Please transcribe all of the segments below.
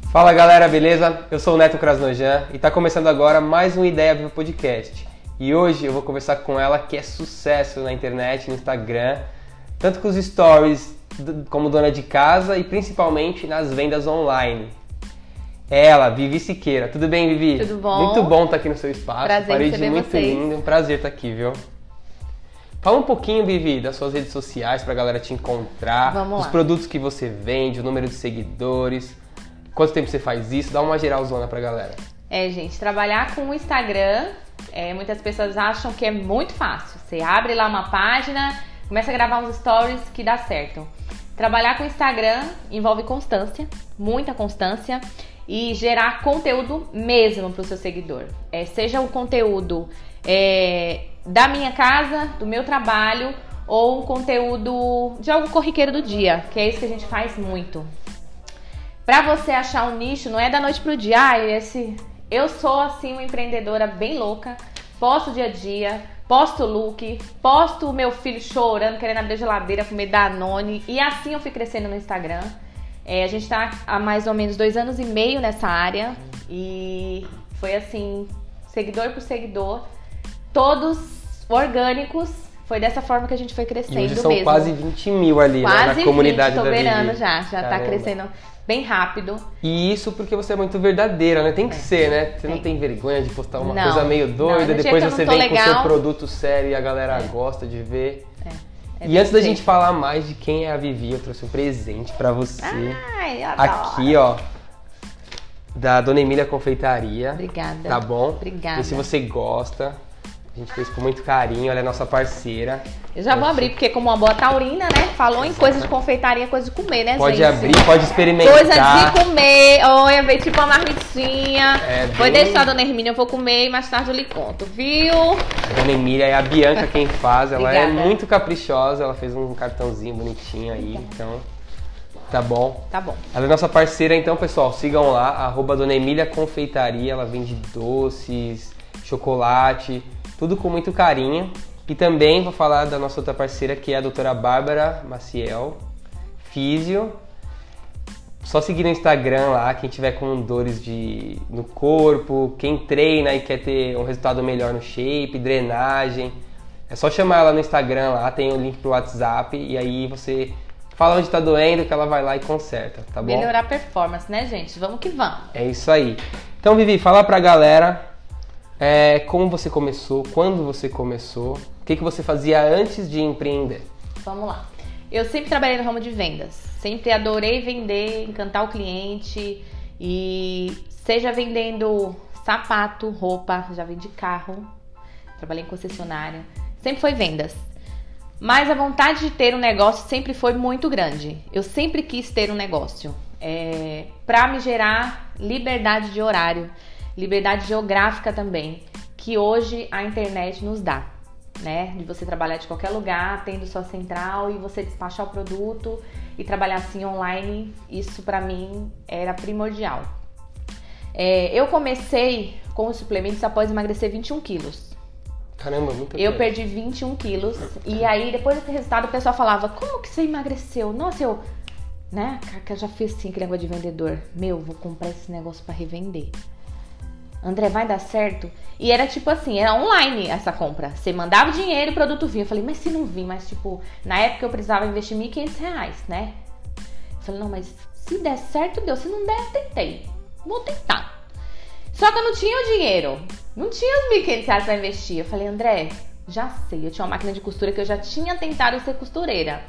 Fala galera, beleza? Eu sou o Neto Krasnojan e tá começando agora mais um Ideia Viva Podcast. E hoje eu vou conversar com ela que é sucesso na internet, no Instagram, tanto com os stories como dona de casa e principalmente nas vendas online. Ela, Vivi Siqueira. Tudo bem, Vivi? Tudo bom? Muito bom estar aqui no seu espaço. Prazer Parede receber muito vocês. lindo, um prazer estar aqui, viu? Fala um pouquinho, Vivi, das suas redes sociais pra galera te encontrar, Vamos dos lá. produtos que você vende, o número de seguidores, quanto tempo você faz isso, dá uma geralzona pra galera. Gente, trabalhar com o Instagram, muitas pessoas acham que é muito fácil. Você abre lá uma página, começa a gravar uns stories que dá certo. Trabalhar com o Instagram envolve constância, muita constância, e gerar conteúdo mesmo para o seu seguidor. Seja um conteúdo da minha casa, do meu trabalho, ou um conteúdo de algo corriqueiro do dia, que é isso que a gente faz muito. Pra você achar um nicho, não é da noite pro dia. Eu sou assim uma empreendedora bem louca, posto dia a dia, posto look, posto o meu filho chorando, querendo abrir a geladeira, comer Danone, e assim eu fui crescendo no Instagram. A gente tá há mais ou menos 2 anos e meio nessa área e foi assim, seguidor por seguidor, todos orgânicos. Foi dessa forma que a gente foi crescendo E hoje são mesmo. quase 20 mil ali, né, na comunidade da Vivi. Quase 20, tô beirando já tá Caramba. crescendo bem rápido. E isso porque você é muito verdadeira, né? Tem que ser, né? Você não tem vergonha de postar uma coisa meio doida, no dia depois que eu você não tô vem com o seu legal. produto sério e a galera gosta de ver. É E antes da desse gente jeito. falar mais de quem é a Vivi, eu trouxe um presente pra você. Ai, eu adoro. Aqui, ó, da Dona Emília Confeitaria. Obrigada. Tá bom? Obrigada. E se você gosta, a gente fez com muito carinho, ela é nossa parceira. Eu já vou abrir, porque como uma boa taurina, né? Falou em coisas de confeitaria, coisa de comer, né, Pode gente? abrir, pode experimentar. Coisa de comer. Olha, veio tipo uma marmitinha. Vou bem- deixar a Dona Hermínia, eu vou comer e mais tarde eu lhe conto, viu? A Dona Emília é a Bianca quem faz, ela é Obrigada. muito caprichosa, ela fez um cartãozinho bonitinho aí, então tá bom. Tá bom. Ela é nossa parceira, então pessoal, sigam lá, @Dona Emília Confeitaria, ela vende doces, chocolate, tudo com muito carinho. E também vou falar da nossa outra parceira, que é a doutora Bárbara Maciel, físio. Só seguir no Instagram lá, quem tiver com dores no corpo, quem treina e quer ter um resultado melhor no shape, drenagem. É só chamar ela no Instagram lá, tem o link pro WhatsApp e aí você fala onde tá doendo que ela vai lá e conserta, tá bom? Melhorar a performance, né, gente? Vamos que vamos. É isso aí. Então, Vivi, fala pra galera como você começou, quando você começou, o que você fazia antes de empreender. Vamos lá. Eu sempre trabalhei no ramo de vendas. Sempre adorei vender, encantar o cliente. E seja vendendo sapato, roupa, já vendi carro, trabalhei em concessionária. Sempre foi vendas. Mas a vontade de ter um negócio sempre foi muito grande. Eu sempre quis ter um negócio. Para me gerar liberdade de horário, liberdade geográfica também, que hoje a internet nos dá. Né? De você trabalhar de qualquer lugar, tendo sua central e você despachar o produto e trabalhar assim online, isso pra mim era primordial. Eu comecei com os suplementos após emagrecer 21 quilos. Caramba, muito Eu perdi 21 quilos e aí depois desse resultado o pessoal falava, como que você emagreceu? Nossa, né? Que eu já fiz assim, aquele negócio de vendedor. Vou comprar esse negócio pra revender. André, vai dar certo? E era tipo assim, era online essa compra. Você mandava o dinheiro e o produto vinha. Eu falei, mas se não vir, mas tipo, na época eu precisava investir R$1.500, né? Eu falei, não, mas se der certo, deu. Se não der, tentei. Vou tentar. Só que eu não tinha o dinheiro. Não tinha os R$1.500 pra investir. Eu falei, André, já sei. Eu tinha uma máquina de costura que eu já tinha tentado ser costureira.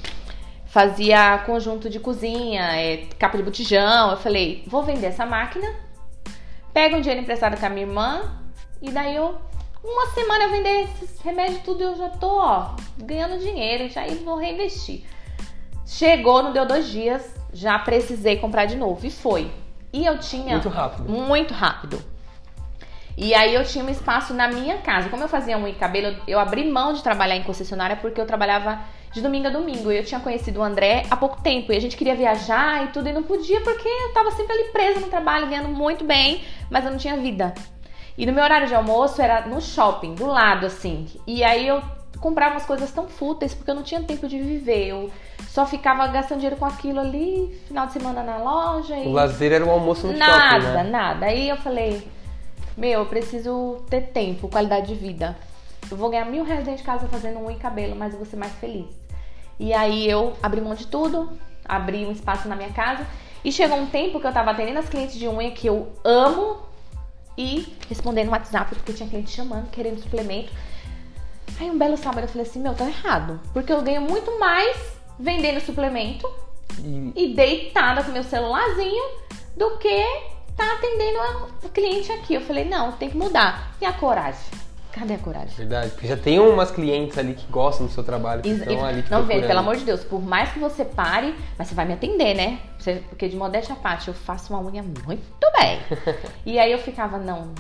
Fazia conjunto de cozinha, capa de botijão. Eu falei, vou vender essa máquina. Pego um dinheiro emprestado com a minha irmã e daí uma semana eu vender esses remédios tudo eu já tô, ganhando dinheiro, já vou reinvestir. Chegou, não deu 2 dias, já precisei comprar de novo e foi. E eu tinha... Muito rápido. Muito rápido. E aí eu tinha um espaço na minha casa. Como eu fazia unha e cabelo, eu abri mão de trabalhar em concessionária porque eu trabalhava de domingo a domingo. E eu tinha conhecido o André há pouco tempo. E a gente queria viajar e tudo, e não podia porque eu tava sempre ali presa no trabalho, ganhando muito bem, mas eu não tinha vida. E no meu horário de almoço era no shopping, do lado, assim. E aí eu comprava umas coisas tão fúteis porque eu não tinha tempo de viver. Eu só ficava gastando dinheiro com aquilo ali, final de semana na loja. O lazer era o almoço no shopping, né? Nada. Aí eu falei, eu preciso ter tempo, qualidade de vida. Eu vou ganhar R$1.000 dentro de casa fazendo unha e cabelo, mas eu vou ser mais feliz. E aí eu abri mão de tudo, abri um espaço na minha casa. E chegou um tempo que eu tava atendendo as clientes de unha que eu amo e respondendo no WhatsApp, porque tinha cliente chamando, querendo suplemento. Aí um belo sábado eu falei assim, tá errado. Porque eu ganho muito mais vendendo suplemento e deitada com meu celularzinho do que tá atendendo o cliente aqui. Eu falei, não, tem que mudar. E a coragem? Cadê a coragem? Verdade, porque já tem umas clientes ali que gostam do seu trabalho, que estão ali te Não, procurando. pelo amor de Deus, por mais que você pare, mas você vai me atender, né? Porque de modéstia à parte, eu faço uma unha muito bem. E aí eu ficava,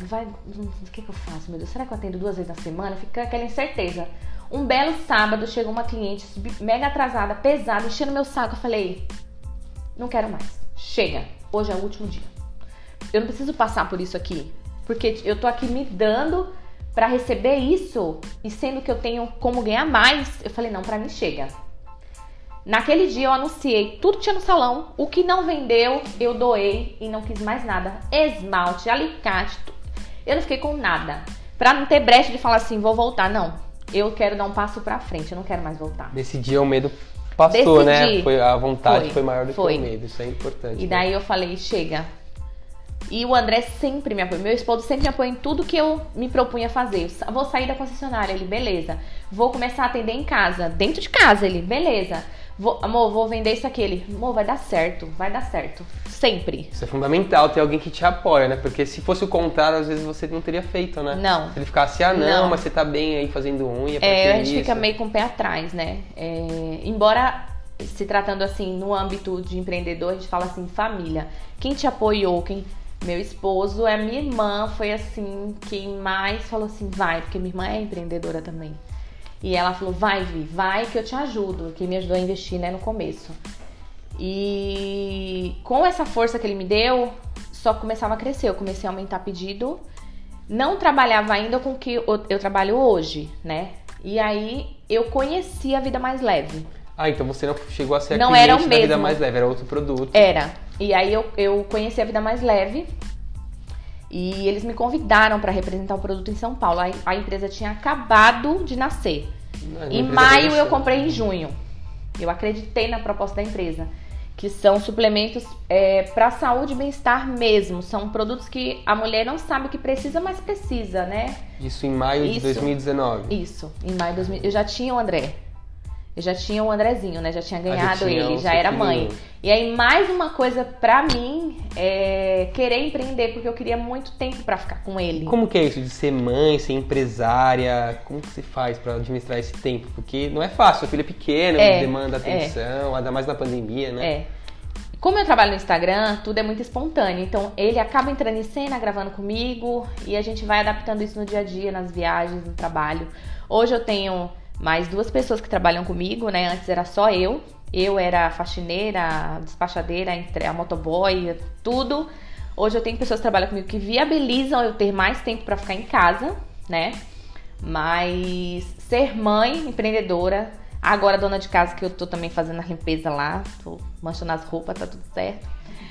o que eu faço, meu Deus? Será que eu atendo 2 vezes na semana? Fica aquela incerteza. Um belo sábado, chegou uma cliente mega atrasada, pesada, enchendo meu saco. Eu falei, não quero mais. Chega, hoje é o último dia. Eu não preciso passar por isso aqui, porque eu tô aqui me dando pra receber isso, e sendo que eu tenho como ganhar mais, eu falei, não, pra mim chega. Naquele dia eu anunciei tudo que tinha no salão, o que não vendeu, eu doei e não quis mais nada. Esmalte, alicate, tudo. Eu não fiquei com nada. Pra não ter brecha de falar assim, vou voltar, não. Eu quero dar um passo pra frente, eu não quero mais voltar. Nesse dia o medo passou, né? A vontade foi maior do que o medo, isso é importante. E daí eu falei, chega. E o André sempre me apoia, meu esposo sempre me apoia em tudo que eu me propunha fazer. Eu vou sair da concessionária, ele, beleza. Vou começar a atender em casa, dentro de casa, ele, beleza. Amor, vou vender isso aqui, ele, amor, vai dar certo, sempre. Isso é fundamental, ter alguém que te apoia, né? Porque se fosse o contrário, às vezes você não teria feito, né? Não. Se ele ficasse, não, mas você tá bem aí fazendo unha, a gente fica meio com o pé atrás, né? Embora se tratando assim, no âmbito de empreendedor, a gente fala assim, família. Quem te apoiou, meu esposo, a minha irmã foi assim, quem mais falou assim, vai, porque minha irmã é empreendedora também. E ela falou, vai que eu te ajudo, que me ajudou a investir, né, no começo. E com essa força que ele me deu, só começava a crescer, eu comecei a aumentar pedido, não trabalhava ainda com o que eu trabalho hoje, né? E aí eu conheci a Vida Mais Leve. Então você não chegou a ser não cliente era o da mesmo. Vida Mais Leve, era outro produto. Era. E aí eu conheci a Vida Mais Leve e eles me convidaram para representar o produto em São Paulo. A empresa tinha acabado de nascer. Em maio eu comprei em junho. Eu acreditei na proposta da empresa, que são suplementos para saúde e bem-estar mesmo. São produtos que a mulher não sabe que precisa, mas precisa, né? Isso em maio de 2019? Isso, em maio de 2019. Eu já tinha o André. Eu já tinha o Andrezinho, né? Já tinha ganhado ele, já era mãe. E aí, mais uma coisa pra mim é querer empreender, porque eu queria muito tempo pra ficar com ele. Como que é isso de ser mãe, ser empresária? Como que você faz pra administrar esse tempo? Porque não é fácil, o filho é pequeno, demanda atenção, ainda mais na pandemia, né? Como eu trabalho no Instagram, tudo é muito espontâneo. Então, ele acaba entrando em cena, gravando comigo, e a gente vai adaptando isso no dia a dia, nas viagens, no trabalho. Hoje eu tenho mais 2 pessoas que trabalham comigo, né? Antes era só eu. Eu era a faxineira, a despachadeira, a motoboy, tudo. Hoje eu tenho pessoas que trabalham comigo que viabilizam eu ter mais tempo para ficar em casa, né? Mas ser mãe, empreendedora, agora dona de casa, que eu tô também fazendo a limpeza lá, tô manchando as roupas, tá tudo certo.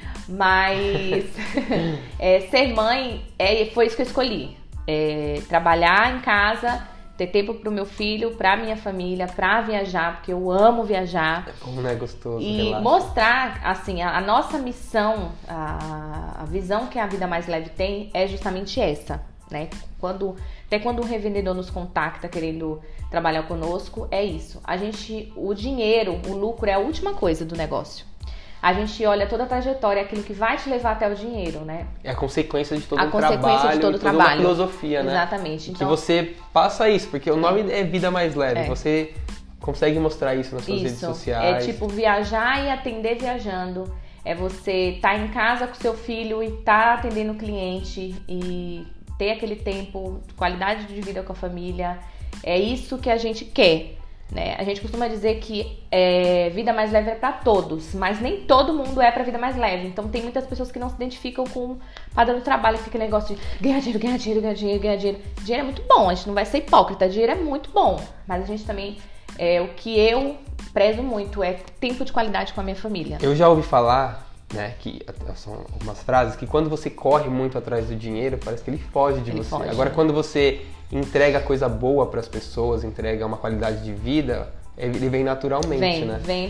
Mas ser mãe, foi isso que eu escolhi. Trabalhar em casa, ter tempo pro meu filho, pra minha família, pra viajar, porque eu amo viajar. Como não é gostoso, e relaxa. Mostrar, assim, a nossa missão, a visão que a Vida Mais Leve tem é justamente essa, né? Até quando um revendedor nos contacta querendo trabalhar conosco, é isso. O dinheiro, o lucro é a última coisa do negócio. A gente olha toda a trajetória, aquilo que vai te levar até o dinheiro, né? É a consequência de todo o trabalho. A consequência de todo o trabalho. Uma filosofia, né? Exatamente. Então, que você passa isso, porque o nome é Vida Mais Leve. Você consegue mostrar isso nas suas redes sociais. É tipo viajar e atender viajando. É você estar em casa com seu filho e estar atendendo o cliente e ter aquele tempo, qualidade de vida com a família. É isso que a gente quer. né? A gente costuma dizer que vida mais leve é para todos, mas nem todo mundo é para vida mais leve. Então tem muitas pessoas que não se identificam com o padrão do trabalho, que fica aquele negócio de ganhar dinheiro, ganhar dinheiro, ganhar dinheiro, ganhar dinheiro. Dinheiro é muito bom, a gente não vai ser hipócrita, dinheiro é muito bom, mas a gente também, o que eu prezo muito é tempo de qualidade com a minha família. Eu já ouvi falar, né, que são algumas frases que quando você corre muito atrás do dinheiro, parece que ele foge de você. Foge. Agora, quando você entrega coisa boa para as pessoas, entrega uma qualidade de vida, ele vem naturalmente, né? Vem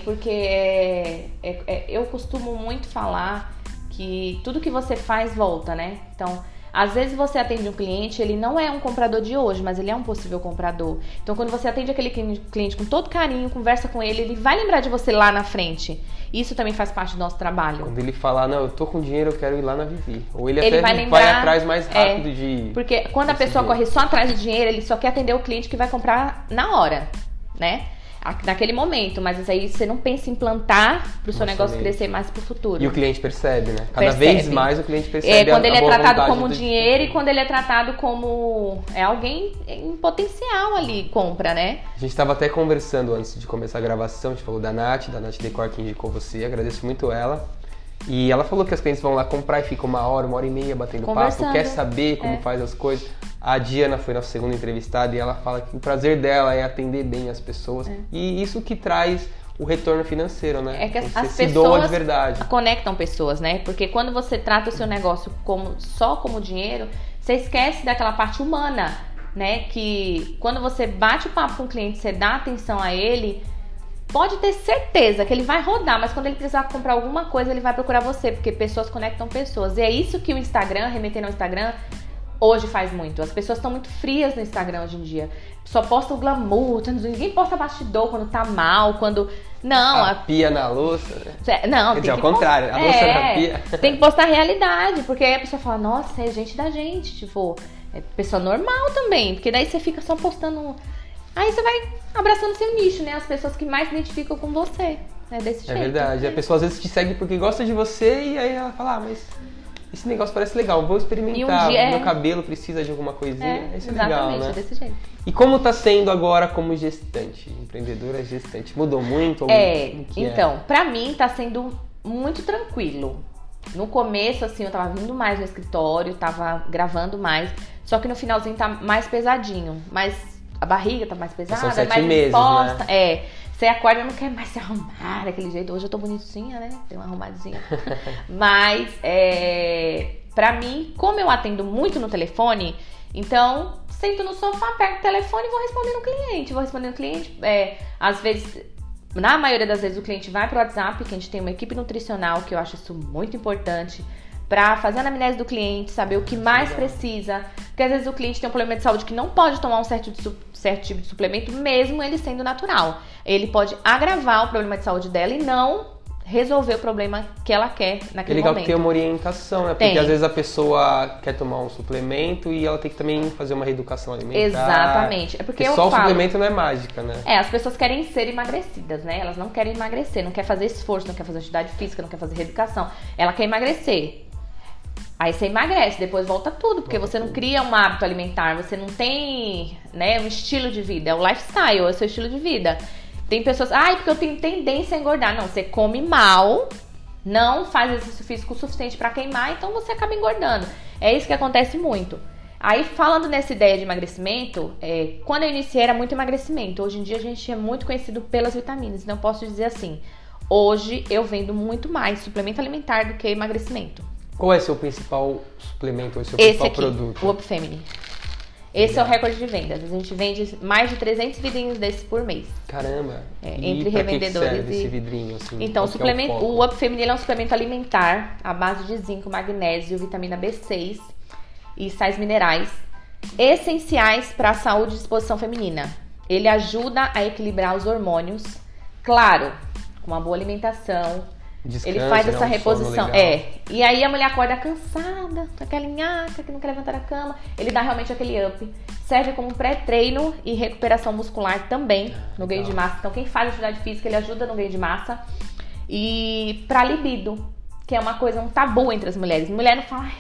porque eu costumo muito falar que tudo que você faz volta, né? Então, às vezes você atende um cliente, ele não é um comprador de hoje, mas ele é um possível comprador. Então, quando você atende aquele cliente com todo carinho, conversa com ele vai lembrar de você lá na frente. Isso também faz parte do nosso trabalho. Quando ele falar, não, eu tô com dinheiro, eu quero ir lá na Vivi. Ou ele até vai atrás mais rápido de... Porque quando a pessoa corre só atrás de dinheiro, ele só quer atender o cliente que vai comprar na hora, né? Naquele momento, mas aí você não pensa em plantar pro seu negócio crescer mais pro futuro. E o cliente percebe, né? Cada vez mais o cliente percebe quando ele é tratado como do dinheiro e quando ele é tratado como alguém em potencial ali, compra, né? A gente estava até conversando antes de começar a gravação, a gente falou da Nath Decor que indicou você, agradeço muito ela. E ela falou que as clientes vão lá comprar e ficam uma hora e meia batendo papo, quer saber como faz as coisas. A Diana foi nossa segunda entrevistada e ela fala que o prazer dela é atender bem as pessoas. E isso que traz o retorno financeiro, né? É que você as se pessoas doa de verdade. Conectam pessoas, né? Porque quando você trata o seu negócio só como dinheiro, você esquece daquela parte humana, né? Que quando você bate o papo com o cliente, você dá atenção a ele, pode ter certeza que ele vai rodar, mas quando ele precisar comprar alguma coisa, ele vai procurar você, porque pessoas conectam pessoas. E é isso que o Instagram, remetendo ao Instagram, hoje faz muito. As pessoas estão muito frias no Instagram hoje em dia. Só posta o glamour, ninguém posta bastidor quando tá mal, quando... Não, a pia na louça, né? Não, quer dizer, ao contrário, a louça na pia. Tem que postar a realidade, porque aí a pessoa fala, nossa, é gente da gente, tipo, é pessoa normal também, porque daí você fica só postando... Aí você vai abraçando seu nicho, né? As pessoas que mais se identificam com você, né? Desse jeito. É verdade, a pessoa às vezes te segue porque gosta de você e aí ela fala, mas... esse negócio parece legal, vou experimentar, meu cabelo precisa de alguma coisinha, isso é legal, né? Desse jeito. E como tá sendo agora como gestante, empreendedora gestante? Mudou muito? Então, pra mim tá sendo muito tranquilo. No começo, assim, eu tava vindo mais no escritório, tava gravando mais, só que no finalzinho tá mais pesadinho, mas a barriga tá mais pesada, são 7 mais meses, exposta, né? Você acorda e não quer mais se arrumar daquele jeito. Hoje eu tô bonitinha, né? Tem uma arrumadinha. Mas, pra mim, como eu atendo muito no telefone, então, sento no sofá, pego o telefone e vou respondendo o cliente. Às vezes, na maioria das vezes, o cliente vai pro WhatsApp, que a gente tem uma equipe nutricional, que eu acho isso muito importante, pra fazer a anamnese do cliente, saber o que mais precisa. Porque às vezes o cliente tem um problema de saúde que não pode tomar um certo tipo de suplemento, mesmo ele sendo natural. Ele pode agravar o problema de saúde dela e não resolver o problema que ela quer naquele momento. É legal que tem uma orientação, né? Porque às vezes a pessoa quer tomar um suplemento e ela tem que também fazer uma reeducação alimentar. Exatamente. É porque só o suplemento não é mágica, né? As pessoas querem ser emagrecidas, né? Elas não querem emagrecer, não quer fazer esforço, não quer fazer atividade física, não quer fazer reeducação. Ela quer emagrecer. Aí você emagrece, depois volta tudo, porque você não cria um hábito alimentar, você não tem, né, um estilo de vida, é o lifestyle, é o seu estilo de vida. Tem pessoas, porque eu tenho tendência a engordar. Não, você come mal, não faz exercício físico o suficiente pra queimar, então você acaba engordando. É isso que acontece muito. Aí, falando nessa ideia de emagrecimento, quando eu iniciei era muito emagrecimento. Hoje em dia a gente é muito conhecido pelas vitaminas, então eu posso dizer assim, hoje eu vendo muito mais suplemento alimentar do que emagrecimento. Qual é o seu principal suplemento ou seu principal produto? O Up Femini. Esse é o recorde de vendas. A gente vende mais de 300 vidrinhos desses por mês. Caramba! Entre revendedores. Que serve esse vidrinho, assim? Então, o Up Femini é um suplemento alimentar à base de zinco, magnésio, vitamina B6 e sais minerais essenciais para a saúde e disposição feminina. Ele ajuda a equilibrar os hormônios, claro, com uma boa alimentação. Descanso, ele faz essa reposição. E aí a mulher acorda cansada, com aquela nhaca que não quer levantar da cama. Ele dá realmente aquele up. Serve como pré-treino e recuperação muscular também no ganho de massa. Então quem faz atividade física, ele ajuda no ganho de massa. E pra libido, que é uma coisa, um tabu entre as mulheres. Mulher não fala,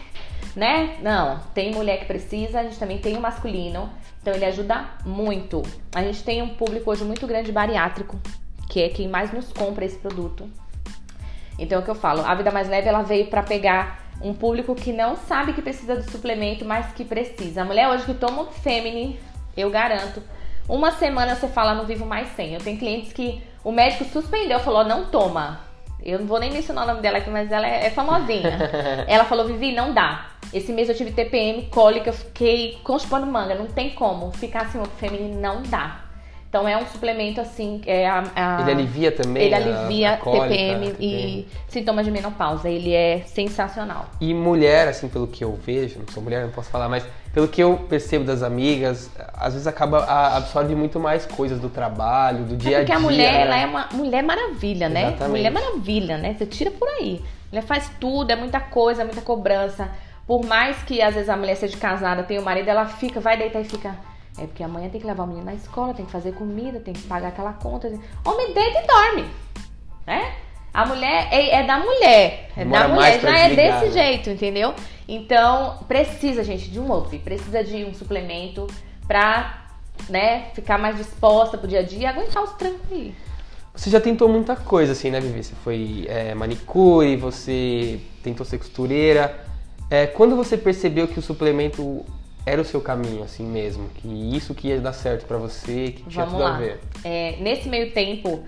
né? Não, tem mulher que precisa, a gente também tem o masculino, então ele ajuda muito. A gente tem um público hoje muito grande bariátrico, que é quem mais nos compra esse produto. Então é o que eu falo, a Vida Mais Leve ela veio pra pegar um público que não sabe que precisa do suplemento, mas que precisa. A mulher hoje que toma o Femini, eu garanto, uma semana você fala, não vivo mais sem. Eu tenho clientes que o médico suspendeu, falou, não toma. Eu não vou nem mencionar o nome dela aqui, mas ela é famosinha. Ela falou, Vivi, não dá. Esse mês eu tive TPM, cólica, eu fiquei constipando manga, não tem como. Ficar assim, o Femini não dá. Então é um suplemento assim, ele alivia também? Ele alivia a cólica, TPM e sintomas de menopausa. Ele é sensacional. E mulher, assim, pelo que eu vejo, não sou mulher, não posso falar, mas pelo que eu percebo das amigas, às vezes absorve muito mais coisas do trabalho, do dia a dia. Porque a mulher, né? ela é uma mulher maravilha, né? Exatamente. Mulher maravilha, né? Você tira por aí. A mulher faz tudo, é muita coisa, muita cobrança. Por mais que às vezes a mulher seja casada, tem o marido, ela vai deitar e fica... É porque amanhã tem que levar o menino na escola, tem que fazer comida, tem que pagar aquela conta. Homem deita e dorme, né? A mulher é da mulher, Demora da mulher, mais pra já é desligar, desse né? jeito, entendeu? Então, precisa, gente, de um up, precisa de um suplemento pra, né, ficar mais disposta pro dia a dia e aguentar os trancos aí. Você já tentou muita coisa, assim, né, Vivi? Você foi manicure, você tentou ser costureira. Quando você percebeu que o suplemento era o seu caminho, assim mesmo? Que isso que ia dar certo pra você, que tinha tudo a ver? Nesse meio tempo,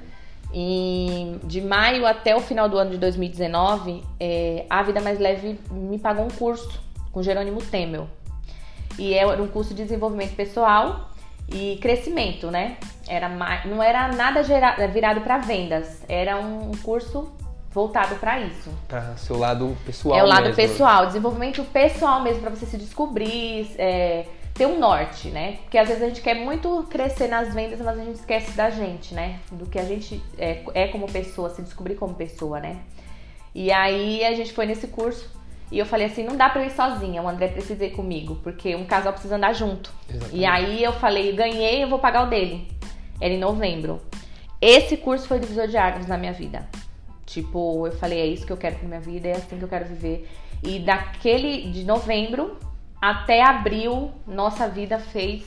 de maio até o final do ano de 2019, a Vida Mais Leve me pagou um curso com Jerônimo Temel. E era um curso de desenvolvimento pessoal e crescimento, né? Não era nada virado para vendas, era um curso voltado para isso. Para seu lado pessoal. É o lado mesmo. pessoal, desenvolvimento pessoal mesmo, para você se descobrir, ter um norte, né? Porque às vezes a gente quer muito crescer nas vendas, mas a gente esquece da gente, né? Do que a gente é como pessoa, se descobrir como pessoa, né? E aí a gente foi nesse curso e eu falei assim, não dá pra eu ir sozinha, o André precisa ir comigo, porque um casal precisa andar junto. Exatamente. E aí eu falei, ganhei, eu vou pagar o dele. Era em novembro. Esse curso foi divisor de águas na minha vida. Tipo, eu falei, é isso que eu quero pra minha vida, é assim que eu quero viver. E de novembro até abril, nossa vida fez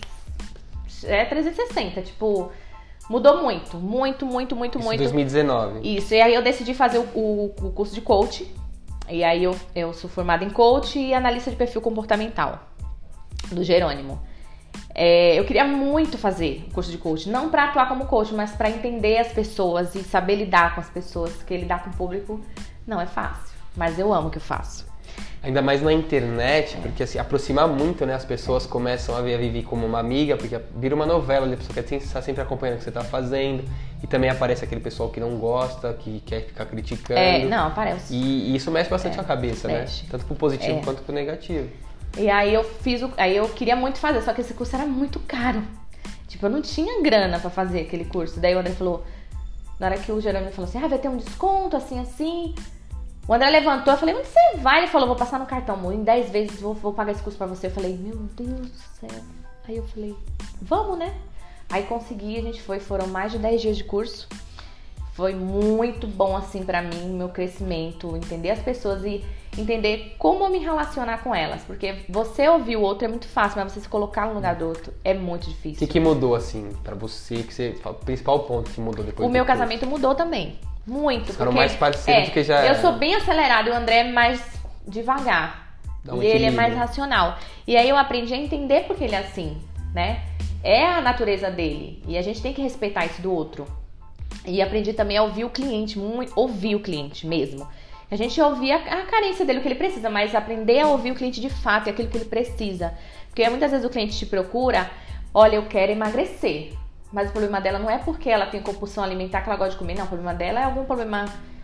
360, tipo, mudou muito, muito, muito, muito, Isso muito. 2019. Isso, e aí eu decidi fazer o curso de coach. E aí eu sou formada em coach e analista de perfil comportamental, do Jerônimo. Eu queria muito fazer o curso de coach, não para atuar como coach, mas para entender as pessoas e saber lidar com as pessoas, porque lidar com o público não é fácil, mas eu amo o que eu faço. Ainda mais na internet, porque assim, aproxima muito, né? As pessoas começam a ver a Vivi como uma amiga, porque vira uma novela, a pessoa quer estar sempre acompanhando o que você está fazendo, e também aparece aquele pessoal que não gosta, que quer ficar criticando. Não, aparece. E isso mexe bastante a cabeça, mexe. né? Tanto pro positivo quanto pro negativo. E aí eu queria muito fazer, só que esse curso era muito caro. Tipo, eu não tinha grana pra fazer aquele curso. Daí o André falou, na hora que o Jerônimo falou assim, vai ter um desconto, assim, assim. O André levantou, eu falei, onde você vai? Ele falou, vou passar no cartão, amor, em 10 vezes vou pagar esse curso pra você. Eu falei, meu Deus do céu. Aí eu falei, vamos, né? Aí consegui, a gente foram mais de 10 dias de curso. Foi muito bom, assim, pra mim, meu crescimento, entender as pessoas e entender como me relacionar com elas. Porque você ouvir o outro é muito fácil, mas você se colocar no lugar do outro é muito difícil. O que mudou, assim, pra você? O principal ponto que mudou depois O meu casamento mudou também. Muito. Ficaram mais parceiros do que já Eu era. sou bem acelerada e o André é mais devagar. Dá um E ele é equilíbrio. mais racional. E aí eu aprendi a entender porque ele é assim, né? É a natureza dele. E a gente tem que respeitar isso do outro. E aprendi também a ouvir o cliente, ouvir o cliente mesmo. A gente ouvia a carência dele, o que ele precisa, mas aprender a ouvir o cliente de fato, é aquilo que ele precisa. Porque muitas vezes o cliente te procura, olha, eu quero emagrecer. Mas o problema dela não é porque ela tem compulsão alimentar que ela gosta de comer, não. O problema dela é algum problema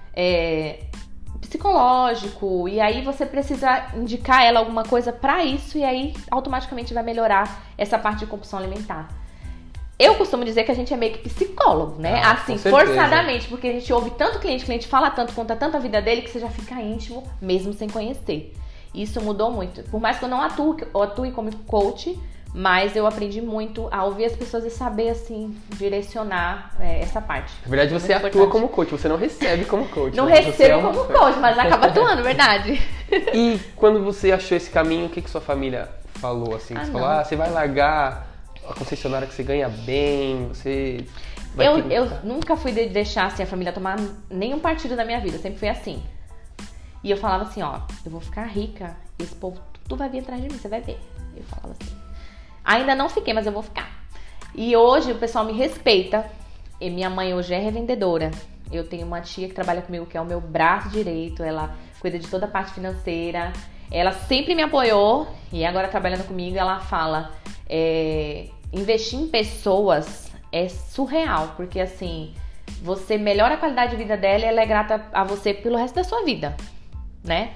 psicológico. E aí você precisa indicar ela alguma coisa pra isso e aí automaticamente vai melhorar essa parte de compulsão alimentar. Eu costumo dizer que a gente é meio que psicólogo, né? Assim, forçadamente, porque a gente ouve tanto cliente, o cliente fala tanto, conta tanto a vida dele, que você já fica íntimo, mesmo sem conhecer. Isso mudou muito. Por mais que eu não atue como coach, Mas eu aprendi muito a ouvir as pessoas e saber, assim, direcionar essa parte. Na verdade, você atua como coach, você não recebe como coach. Não né? recebo como coach, mas acaba atuando, verdade. E quando você achou esse caminho, o que sua família falou, assim? Você falou, você vai largar a concessionária que você ganha bem, você... Eu nunca fui deixar, assim, a família tomar nenhum partido da minha vida, eu sempre fui assim. E eu falava assim, ó, eu vou ficar rica, esse povo tudo vai vir atrás de mim, você vai ver. Eu falava assim. Ainda não fiquei, mas eu vou ficar. E hoje o pessoal me respeita. E minha mãe hoje é revendedora. Eu tenho uma tia que trabalha comigo, que é o meu braço direito. Ela cuida de toda a parte financeira. Ela sempre me apoiou. E agora trabalhando comigo, ela fala... investir em pessoas é surreal. Porque assim, você melhora a qualidade de vida dela e ela é grata a você pelo resto da sua vida. Né?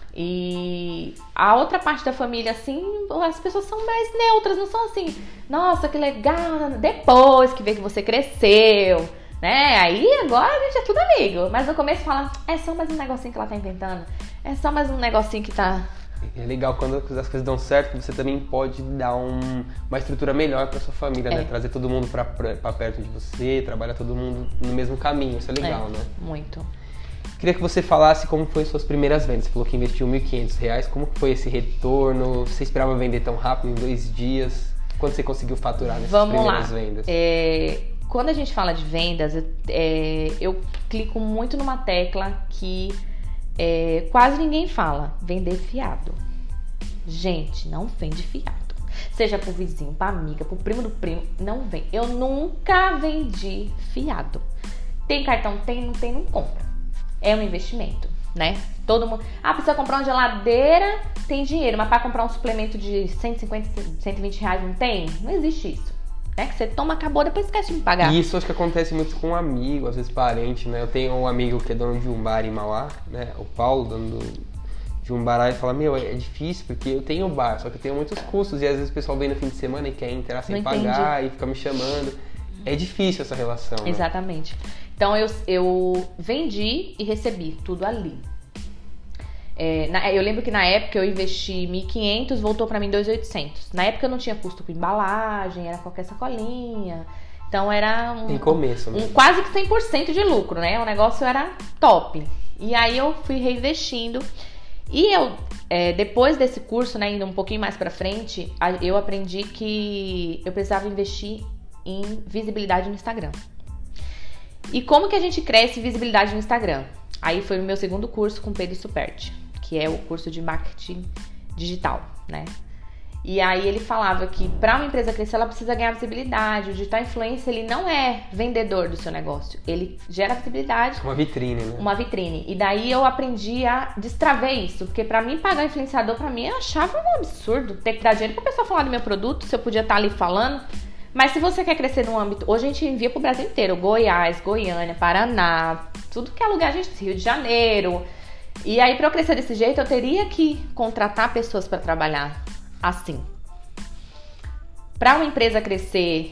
E a outra parte da família, assim, as pessoas são mais neutras, não são assim, nossa, que legal, depois que vê que você cresceu, né? Aí agora a gente é tudo amigo. Mas no começo fala, é só mais um negocinho que ela tá inventando, é só mais um negocinho que tá... É legal quando as coisas dão certo, que você também pode dar uma estrutura melhor pra sua família, né? Trazer todo mundo pra perto de você, trabalhar todo mundo no mesmo caminho, isso é legal, né? Muito. Queria que você falasse como foi suas primeiras vendas. Você falou que investiu R$ 1.500. Como foi esse retorno? Você esperava vender tão rápido, em 2 dias? Quanto você conseguiu faturar nessas primeiras vendas? Quando a gente fala de vendas, eu clico muito numa tecla que quase ninguém fala. Vender fiado. Gente, não vende fiado. Seja pro vizinho, pra amiga, pro primo do primo, não vende. Eu nunca vendi fiado. Tem cartão? Tem, não tem, não compra. É um investimento, né? Todo mundo... precisa comprar uma geladeira, tem dinheiro, mas para comprar um suplemento de 150, 120 reais não tem? Não existe isso. Né? Que você toma, acabou, depois esquece de me pagar. E isso acho que acontece muito com um amigo, às vezes parente, né? Eu tenho um amigo que é dono de um bar em Mauá, né? O Paulo, dono de um bar, ele fala, é difícil porque eu tenho bar, só que eu tenho muitos custos. E às vezes o pessoal vem no fim de semana e quer entrar sem pagar e fica me chamando. É difícil essa relação, né? Exatamente. Então eu vendi e recebi tudo ali. Eu lembro que na época eu investi 1.500, voltou pra mim 2.800. Na época eu não tinha custo com embalagem, era qualquer sacolinha. Então era começo, né? Quase que 100% de lucro, né? O negócio era top. E aí eu fui reinvestindo. E depois desse curso, né, indo um pouquinho mais pra frente, eu aprendi que eu precisava investir em visibilidade no Instagram. E como que a gente cresce visibilidade no Instagram? Aí foi o meu segundo curso com o Pedro Superti, que é o curso de marketing digital, né? E aí ele falava que para uma empresa crescer, ela precisa ganhar visibilidade. O digital influencer, ele não é vendedor do seu negócio. Ele gera visibilidade. Uma vitrine, né? Uma vitrine. E daí eu aprendi a destravar isso. Porque para mim, pagar influenciador, para mim, eu achava um absurdo. Ter que dar dinheiro pra pessoa falar do meu produto, se eu podia estar ali falando... Mas se você quer crescer num âmbito... Hoje a gente envia pro Brasil inteiro. Goiás, Goiânia, Paraná. Tudo que é lugar, a gente... Rio de Janeiro. E aí, pra eu crescer desse jeito, eu teria que contratar pessoas pra trabalhar assim. Pra uma empresa crescer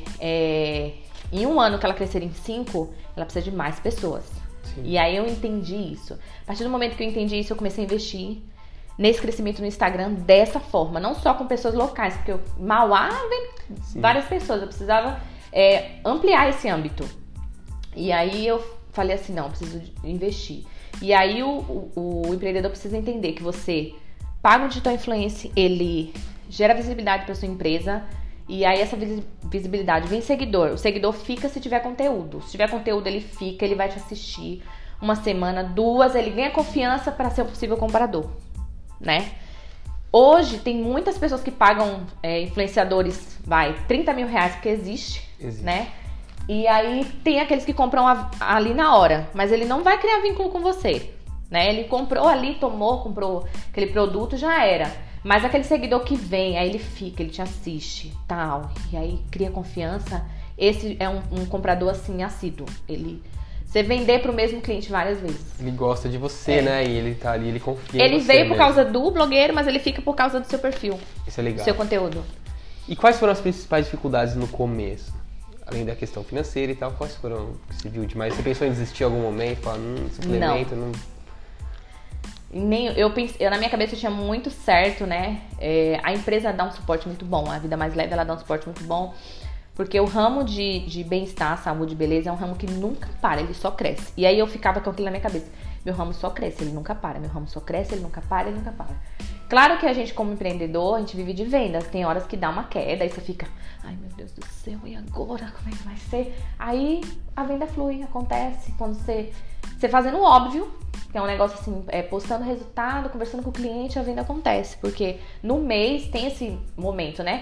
em 1 ano, que ela crescer em 5, ela precisa de mais pessoas. Sim. E aí eu entendi isso. A partir do momento que eu entendi isso, eu comecei a investir nesse crescimento no Instagram dessa forma, não só com pessoas locais, porque Mauá vem várias pessoas, eu precisava ampliar esse âmbito. E aí eu falei assim, não, eu preciso investir. E aí o empreendedor precisa entender que você paga um digital influencer, ele gera visibilidade para sua empresa, e aí essa visibilidade vem seguidor. O seguidor fica se tiver conteúdo. Se tiver conteúdo, ele fica, ele vai te assistir 1 semana, 2, ele ganha confiança para ser um possível comprador. Né? Hoje tem muitas pessoas que pagam influenciadores, 30 mil reais, porque existe, né? E aí tem aqueles que compram ali na hora, mas ele não vai criar vínculo com você, né? Ele comprou ali, comprou aquele produto, já era. Mas aquele seguidor que vem, aí ele fica, ele te assiste, tal, e aí cria confiança. Esse é um comprador assim assíduo. Você vender pro mesmo cliente várias vezes. Ele gosta de você, né? E ele tá ali, ele confia em você. Ele veio por mesmo. causa do blogueiro, mas ele fica por causa do seu perfil. Isso é legal. Do seu conteúdo. E quais foram as principais dificuldades no começo? Além da questão financeira e tal, quais foram que você viu demais? Você pensou em desistir em algum momento? Falar, suplemento, não... Na minha cabeça eu tinha muito certo, né? A empresa dá um suporte muito bom, a Vida Mais Leve ela dá um suporte muito bom, porque o ramo de bem-estar, saúde e beleza é um ramo que nunca para, ele só cresce. E aí eu ficava com aquilo na minha cabeça, meu ramo só cresce, ele nunca para, meu ramo só cresce, ele nunca para, ele nunca para. Claro que a gente como empreendedor, a gente vive de vendas, tem horas que dá uma queda, aí você fica, ai meu Deus do céu, e agora? Como é que vai ser? Aí a venda flui, acontece, quando você fazendo o óbvio, que é um negócio assim, postando resultado, conversando com o cliente, a venda acontece. Porque no mês tem esse momento, né?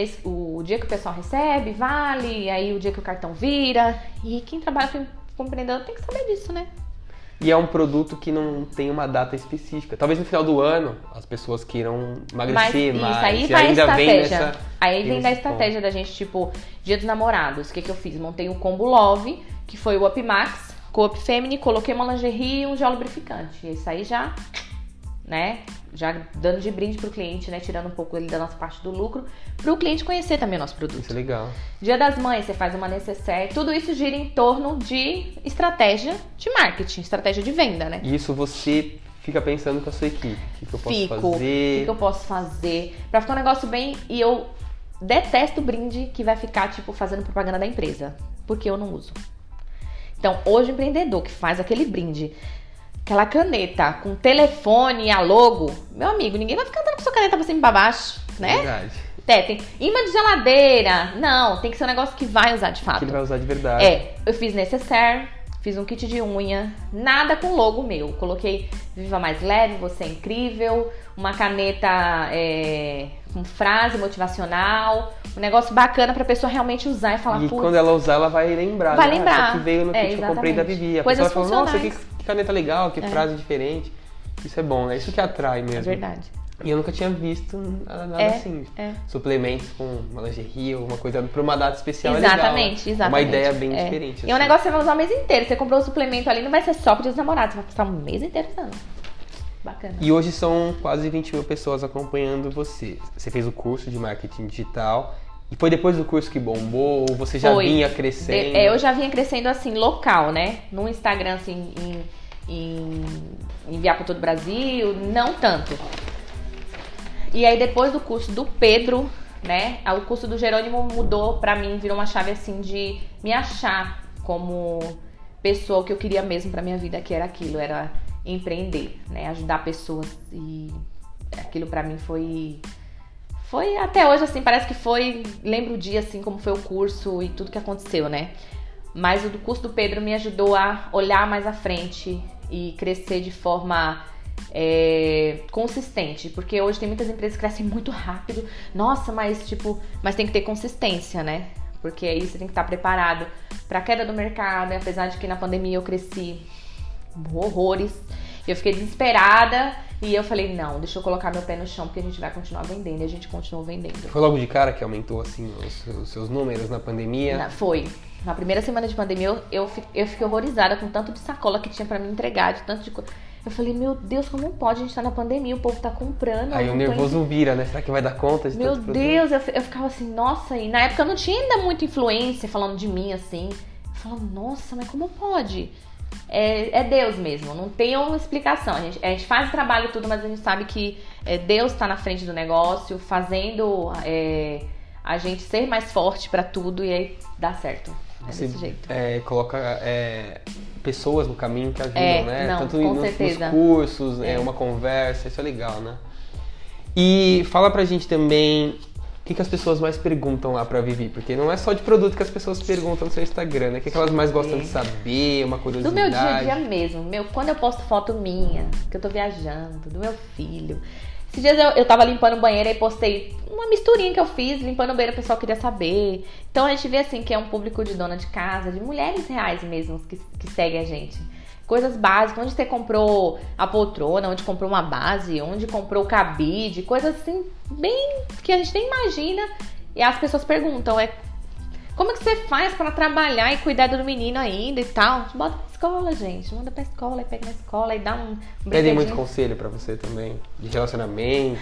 O dia que o pessoal recebe, vale, aí o dia que o cartão vira. E quem trabalha com empreendedor tem que saber disso, né? E é um produto que não tem uma data específica. Talvez no final do ano as pessoas queiram emagrecer mais. Isso, aí vai a estratégia. Aí vem da estratégia da gente, tipo, Dia dos Namorados. O que eu fiz? Montei um combo Love, que foi o Up Max, com o Up Feminine, coloquei uma lingerie e um gel lubrificante. E isso aí já, né, já dando de brinde pro cliente, né, tirando um pouco ele da nossa parte do lucro, pro cliente conhecer também o nosso produto. Isso é legal. Dia das Mães, você faz uma necessaire, tudo isso gira em torno de estratégia de marketing, estratégia de venda, né? E isso você fica pensando com a sua equipe, o que eu posso fazer? O que eu posso fazer? Pra ficar um negócio bem... E eu detesto o brinde que vai ficar, tipo, fazendo propaganda da empresa, porque eu não uso. Então, hoje o empreendedor que faz aquele brinde, aquela caneta com telefone e a logo, meu amigo, ninguém vai ficar andando com sua caneta pra cima e pra baixo, né? Verdade. Tem imã de geladeira. Não, tem que ser um negócio que vai usar de fato. Que ele vai usar de verdade. Eu fiz necessaire, fiz um kit de unha, nada com logo meu. Coloquei Viva Mais Leve, Você é Incrível, uma caneta com frase motivacional, um negócio bacana pra pessoa realmente usar e falar, e quando ela usar, ela vai lembrar. Vai né? lembrar. Isso aqui veio no kit que eu comprei da Vivi. A Coisas pessoa vai falar, nossa, que caneta legal, que frase diferente. Isso é bom, né? Isso que atrai mesmo. É verdade. E eu nunca tinha visto nada assim. Suplementos com uma lingerie ou uma coisa pra uma data especial. Exatamente, é legal. exatamente. É uma ideia bem diferente. E é um negócio que você vai usar o mês inteiro. Você comprou o suplemento ali, não vai ser só pro Dia dos Namorados, você vai passar o mês inteiro usando. Bacana. E hoje são quase 20 mil pessoas acompanhando você. Você fez o curso de marketing digital. E foi depois do curso que bombou? Ou você já vinha crescendo? Eu já vinha crescendo assim, local, né? No Instagram, assim, enviar para todo o Brasil, não tanto. E aí depois do curso do Pedro, né? O curso do Jerônimo mudou pra mim, virou uma chave assim de me achar como pessoa, o que eu queria mesmo pra minha vida, que era aquilo, era empreender, né? Ajudar pessoas. E aquilo pra mim foi até hoje assim, parece que foi, lembro o dia assim como foi o curso e tudo que aconteceu, né? Mas o do curso do Pedro me ajudou a olhar mais à frente e crescer de forma consistente, porque hoje tem muitas empresas que crescem muito rápido. Nossa, mas tem que ter consistência, né? Porque aí você tem que estar preparado para a queda do mercado. E apesar de que na pandemia eu cresci horrores, eu fiquei desesperada e eu falei, não, deixa eu colocar meu pé no chão porque a gente vai continuar vendendo, e a gente continuou vendendo. Foi logo de cara que aumentou assim os seus números na pandemia? Foi. Na primeira semana de pandemia eu fiquei horrorizada com tanto de sacola que tinha para me entregar, de tanto de coisa. Eu falei, meu Deus, como pode? A gente tá na pandemia, o povo tá comprando. Aí o nervoso vira, né? Será que vai dar conta de Meu Deus, eu ficava assim, nossa, e na época eu não tinha ainda muita influência falando de mim, assim. Eu falava, nossa, mas como pode? É Deus mesmo, não tem uma explicação. A gente faz o trabalho e tudo, mas a gente sabe que Deus tá na frente do negócio, fazendo a gente ser mais forte pra tudo e aí dá certo. Você desse jeito. Coloca pessoas no caminho que ajudam, né? Não, tanto com nos certeza. cursos, uma conversa, isso é legal, né? E fala pra gente também o que as pessoas mais perguntam lá pra Vivi, porque não é só de produto que as pessoas perguntam no seu Instagram, né? O que elas mais gostam de saber, uma curiosidade. Do meu dia a dia mesmo, quando eu posto foto minha, que eu tô viajando, do meu filho. Esses dias eu tava limpando o banheiro e postei uma misturinha que eu fiz, limpando o banheiro, o pessoal queria saber. Então a gente vê assim que é um público de dona de casa, de mulheres reais mesmo que seguem a gente. Coisas básicas, onde você comprou a poltrona, onde comprou uma base, onde comprou o cabide, coisas assim, bem que a gente nem imagina. E as pessoas perguntam, como que você faz pra trabalhar e cuidar do menino ainda e tal? Bota pra escola, gente. Manda pra escola, e pega na escola e dá um Pedem muito conselho pra você também? De relacionamento?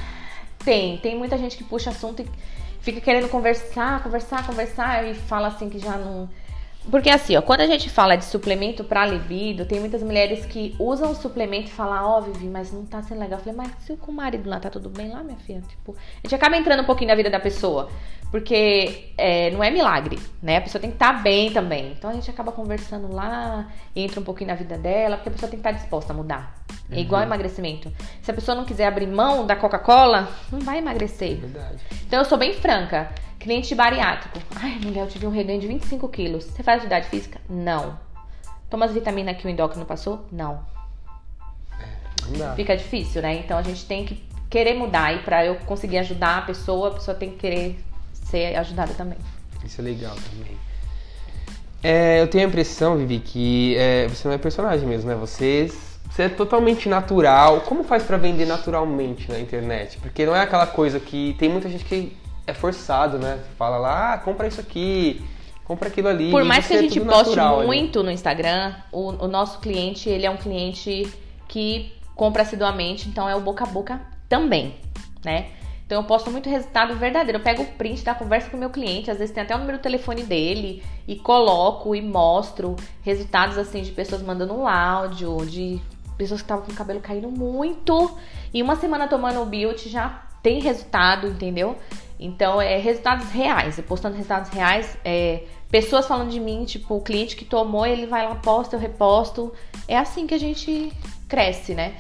Tem muita gente que puxa assunto e fica querendo conversar e fala assim que já não... Porque assim, ó, quando a gente fala de suplemento pra libido, tem muitas mulheres que usam o suplemento e falam, ó, Vivi, mas não tá sendo legal. Eu falei, mas se com o marido lá tá tudo bem lá, minha filha? Tipo, a gente acaba entrando um pouquinho na vida da pessoa, porque não é milagre, né? A pessoa tem que estar bem também. Então a gente acaba conversando lá, entra um pouquinho na vida dela, porque a pessoa tem que estar disposta a mudar. É igual emagrecimento. Se a pessoa não quiser abrir mão da Coca-Cola, não vai emagrecer. Verdade. Então eu sou bem franca. Cliente bariátrico. Ai, mulher, eu tive um reganho de 25 quilos. Você faz atividade física? Não. Toma as vitaminas que o endócrino passou? Não. Não dá. Fica difícil, né? Então a gente tem que querer mudar. E pra eu conseguir ajudar a pessoa tem que querer ser ajudada também. Isso é legal também. Eu tenho a impressão, Vivi, que você não é personagem mesmo, né? Você é totalmente natural. Como faz pra vender naturalmente na internet? Porque não é aquela coisa que... Tem muita gente que é forçado, né? Fala lá, compra isso aqui, compra aquilo ali. Por mais que a gente poste muito ali no Instagram, o nosso cliente, ele é um cliente que compra assiduamente, então é o boca a boca também, né? Então eu posto muito resultado verdadeiro. Eu pego o print da conversa com o meu cliente, às vezes tem até o número do telefone dele, e coloco e mostro resultados assim de pessoas mandando um áudio, de pessoas que estavam com o cabelo caindo muito, e uma semana tomando o Built já tem resultado, entendeu? Então, resultados reais, eu postando resultados reais, pessoas falando de mim, tipo, o cliente que tomou, ele vai lá, posta, eu reposto. É assim que a gente cresce, né?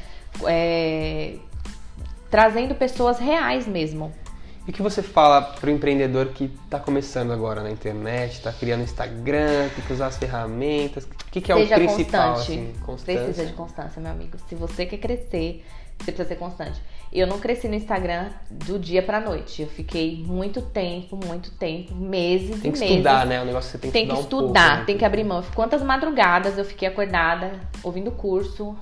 Trazendo pessoas reais mesmo. E o que você fala pro empreendedor que tá começando agora na internet, tá criando Instagram, tem que usar as ferramentas? O que é o principal? Assim, constância. Precisa de constância, meu amigo. Se você quer crescer, você precisa ser constante. Eu não cresci no Instagram do dia pra noite. Eu fiquei muito tempo, meses e meses. Tem que estudar, né? O negócio você tem que estudar. Tem que estudar, tem que abrir mão. Quantas madrugadas eu fiquei acordada, ouvindo curso.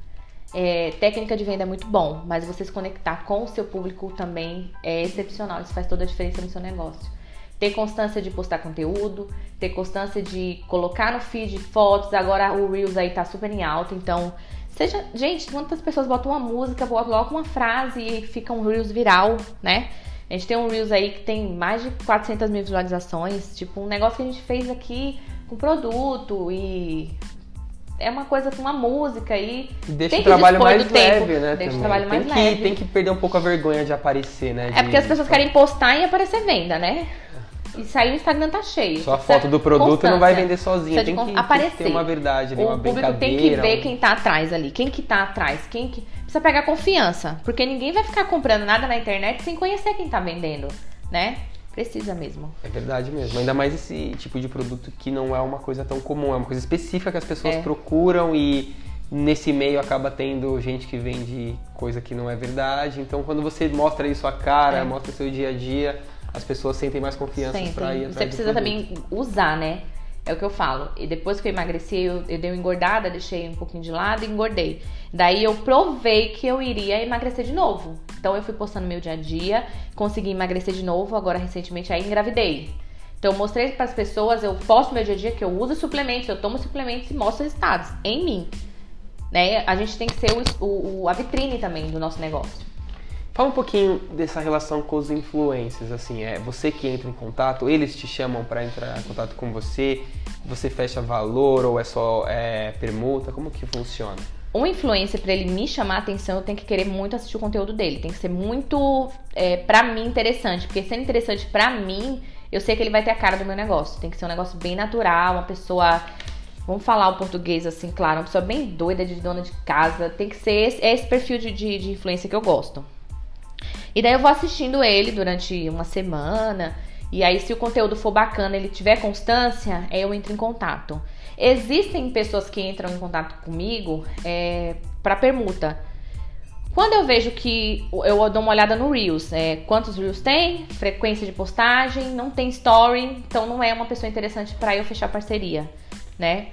Técnica de venda é muito bom, mas você se conectar com o seu público também é excepcional. Isso faz toda a diferença no seu negócio. Ter constância de postar conteúdo, ter constância de colocar no feed fotos. Agora o Reels aí tá super em alta, então... Gente, quantas pessoas botam uma música, colocam uma frase e fica um Reels viral, né? A gente tem um Reels aí que tem mais de 400 mil visualizações. Tipo, um negócio que a gente fez aqui com produto e... É uma coisa com uma música e... Deixa o trabalho mais leve, né? Deixa o trabalho mais leve. Tem que perder um pouco a vergonha de aparecer, né? Porque as pessoas querem postar e aparecer venda, né? Isso aí o Instagram tá cheio. Só a foto do produto não vai vender sozinha. Tem que aparecer. Ter uma verdade ali, uma brincadeira. O público tem que ver quem tá atrás ali. Quem que tá atrás. Precisa pegar confiança. Porque ninguém vai ficar comprando nada na internet sem conhecer quem tá vendendo, né? Precisa mesmo. É verdade mesmo. Ainda mais esse tipo de produto que não é uma coisa tão comum. É uma coisa específica que as pessoas procuram e nesse meio acaba tendo gente que vende coisa que não é verdade. Então quando você mostra aí sua cara, mostra seu dia a dia... As pessoas sentem mais confiança pra ir atrás. Você precisa também usar, né? É o que eu falo. E depois que eu emagreci, eu dei uma engordada, deixei um pouquinho de lado e engordei. Daí eu provei que eu iria emagrecer de novo. Então eu fui postando meu dia a dia, consegui emagrecer de novo, agora recentemente aí engravidei. Então eu mostrei para as pessoas, eu posto meu dia a dia que eu uso suplementos, eu tomo suplementos e mostro resultados em mim. Né? A gente tem que ser a vitrine também do nosso negócio. Fala um pouquinho dessa relação com os influencers, assim, você que entra em contato, eles te chamam para entrar em contato com você, você fecha valor ou é só permuta, como que funciona? Um influencer, para ele me chamar a atenção, eu tenho que querer muito assistir o conteúdo dele, tem que ser muito, pra mim, interessante, porque sendo interessante pra mim, eu sei que ele vai ter a cara do meu negócio, tem que ser um negócio bem natural, uma pessoa... Vamos falar o português assim, claro, uma pessoa bem doida, de dona de casa, tem que ser esse perfil de influencer que eu gosto. E daí eu vou assistindo ele durante uma semana. E aí, se o conteúdo for bacana, ele tiver constância, eu entro em contato. Existem pessoas que entram em contato comigo para permuta. Quando eu vejo que eu dou uma olhada no Reels, quantos Reels tem, frequência de postagem, não tem story, então não é uma pessoa interessante para eu fechar parceria, né?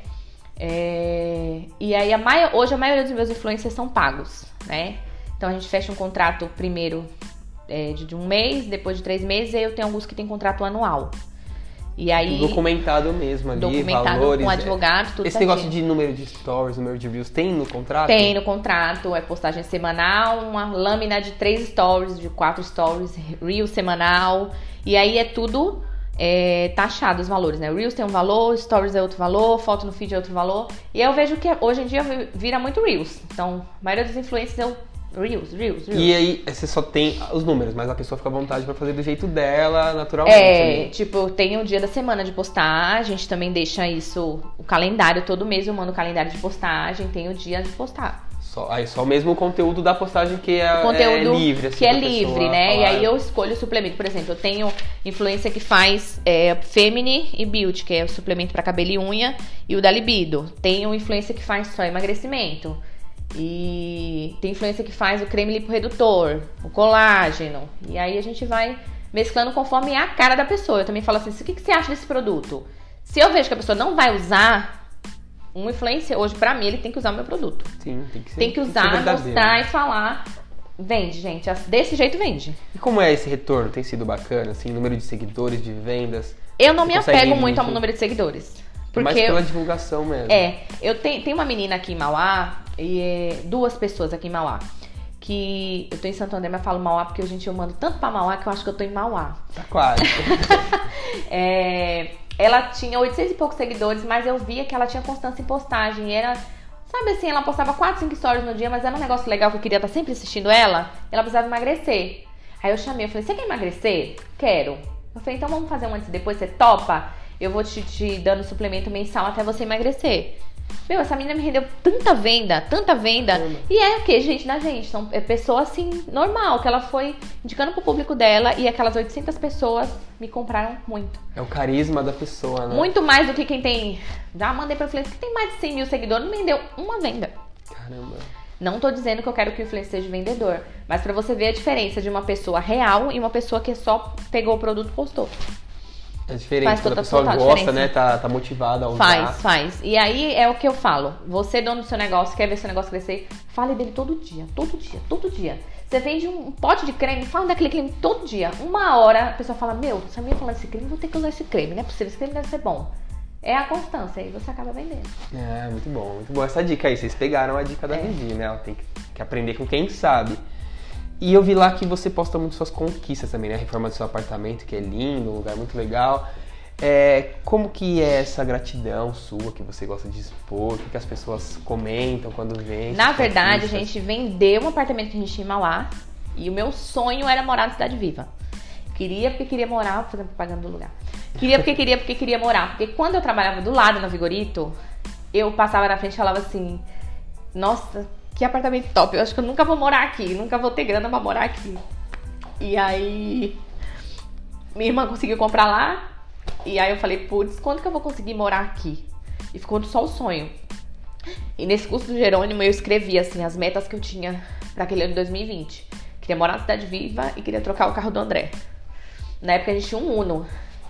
E aí hoje a maioria dos meus influencers são pagos, né? Então a gente fecha um contrato primeiro de um mês, depois de 3 meses, e aí eu tenho alguns que tem contrato anual. E aí, documentado mesmo ali, documentado valores. Com advogado, tudo esse negócio de número de stories, número de views, tem no contrato? Tem no contrato, postagem semanal, uma lâmina de 3 stories, de 4 stories, reel semanal. E aí é tudo taxado os valores, né? O Reels tem um valor, Stories é outro valor, foto no feed é outro valor. E aí eu vejo que hoje em dia vira muito Reels. Então, a maioria dos influencers é o Reels. E aí, você só tem os números, mas a pessoa fica à vontade pra fazer do jeito dela, naturalmente. Tipo, tem o dia da semana de postar, a gente também deixa isso, o calendário, todo mês eu mando o calendário de postagem, tem o dia de postar. Só mesmo o conteúdo da postagem que é livre. Assim, que é livre, né? Falar. E aí eu escolho o suplemento. Por exemplo, eu tenho influência que faz Femini e Beauty, que é o suplemento pra cabelo e unha, e o da libido. Tenho influência que faz só emagrecimento. E tem influência que faz o creme liporedutor, o colágeno. E aí a gente vai mesclando conforme a cara da pessoa. Eu também falo assim, o que você acha desse produto? Se eu vejo que a pessoa não vai usar, um influencer, hoje pra mim, ele tem que usar o meu produto. Sim, tem que ser. Tem que usar, mostrar e falar. Vende, gente. Desse jeito vende. E como é esse retorno? Tem sido bacana, assim, número de seguidores, de vendas? Eu não me apego muito ao número de seguidores. Porque mais pela divulgação mesmo. Eu tenho uma menina aqui em Mauá, e duas pessoas aqui em Mauá, que eu tô em Santo André, mas eu falo Mauá porque hoje eu mando tanto pra Mauá que eu acho que eu tô em Mauá. Tá quase. Ela tinha 800 e poucos seguidores, mas eu via que ela tinha constância em postagem. E era, sabe assim, ela postava 4, 5 stories no dia, mas era um negócio legal que eu queria estar sempre assistindo ela. Ela precisava emagrecer. Aí eu chamei, eu falei, você quer emagrecer? Quero. Eu falei, então vamos fazer um antes e depois, você topa? Eu vou te dando suplemento mensal até você emagrecer. Meu, essa menina me rendeu tanta venda. E é o que, gente, da gente? São pessoa assim, normal, que ela foi indicando pro público dela e aquelas 800 pessoas me compraram muito. É o carisma da pessoa, né? Muito mais do que quem tem... Já mandei pra influencer que tem mais de 100 mil seguidores, não me deu uma venda. Caramba. Não tô dizendo que eu quero que o influencer seja vendedor, mas pra você ver a diferença de uma pessoa real e uma pessoa que só pegou o produto e postou. É diferente, quando a pessoa gosta, né? Tá motivada a usar. Faz. E aí é o que eu falo. Você, dono do seu negócio, quer ver seu negócio crescer, fale dele todo dia. Você vende um pote de creme, fala daquele creme todo dia. Uma hora, a pessoa fala, meu, se a minha falar desse creme, vou ter que usar esse creme. Não é possível, esse creme deve ser bom. É a constância, aí você acaba vendendo. Muito bom essa dica aí. Vocês pegaram a dica da Vivi, né? Ela tem que aprender com quem sabe. E eu vi lá que você posta muito suas conquistas também, né? A reforma do seu apartamento, que é lindo, um lugar muito legal. Como que é essa gratidão sua, que você gosta de expor? O que as pessoas comentam quando vêm? Na verdade, a gente vendeu um apartamento que a gente tinha em Mauá. E o meu sonho era morar na Cidade Viva. Queria porque queria morar, fazendo propaganda do lugar. Queria porque queria morar. Porque quando eu trabalhava do lado na Vigorito, eu passava na frente e falava assim, nossa, que apartamento top, eu acho que eu nunca vou morar aqui, nunca vou ter grana pra morar aqui. E aí, minha irmã conseguiu comprar lá, e aí eu falei, putz, quando que eu vou conseguir morar aqui? E ficou só o sonho. E nesse curso do Jerônimo eu escrevi, assim, as metas que eu tinha pra aquele ano de 2020. Queria morar na Cidade Viva e queria trocar o carro do André. Na época a gente tinha um Uno.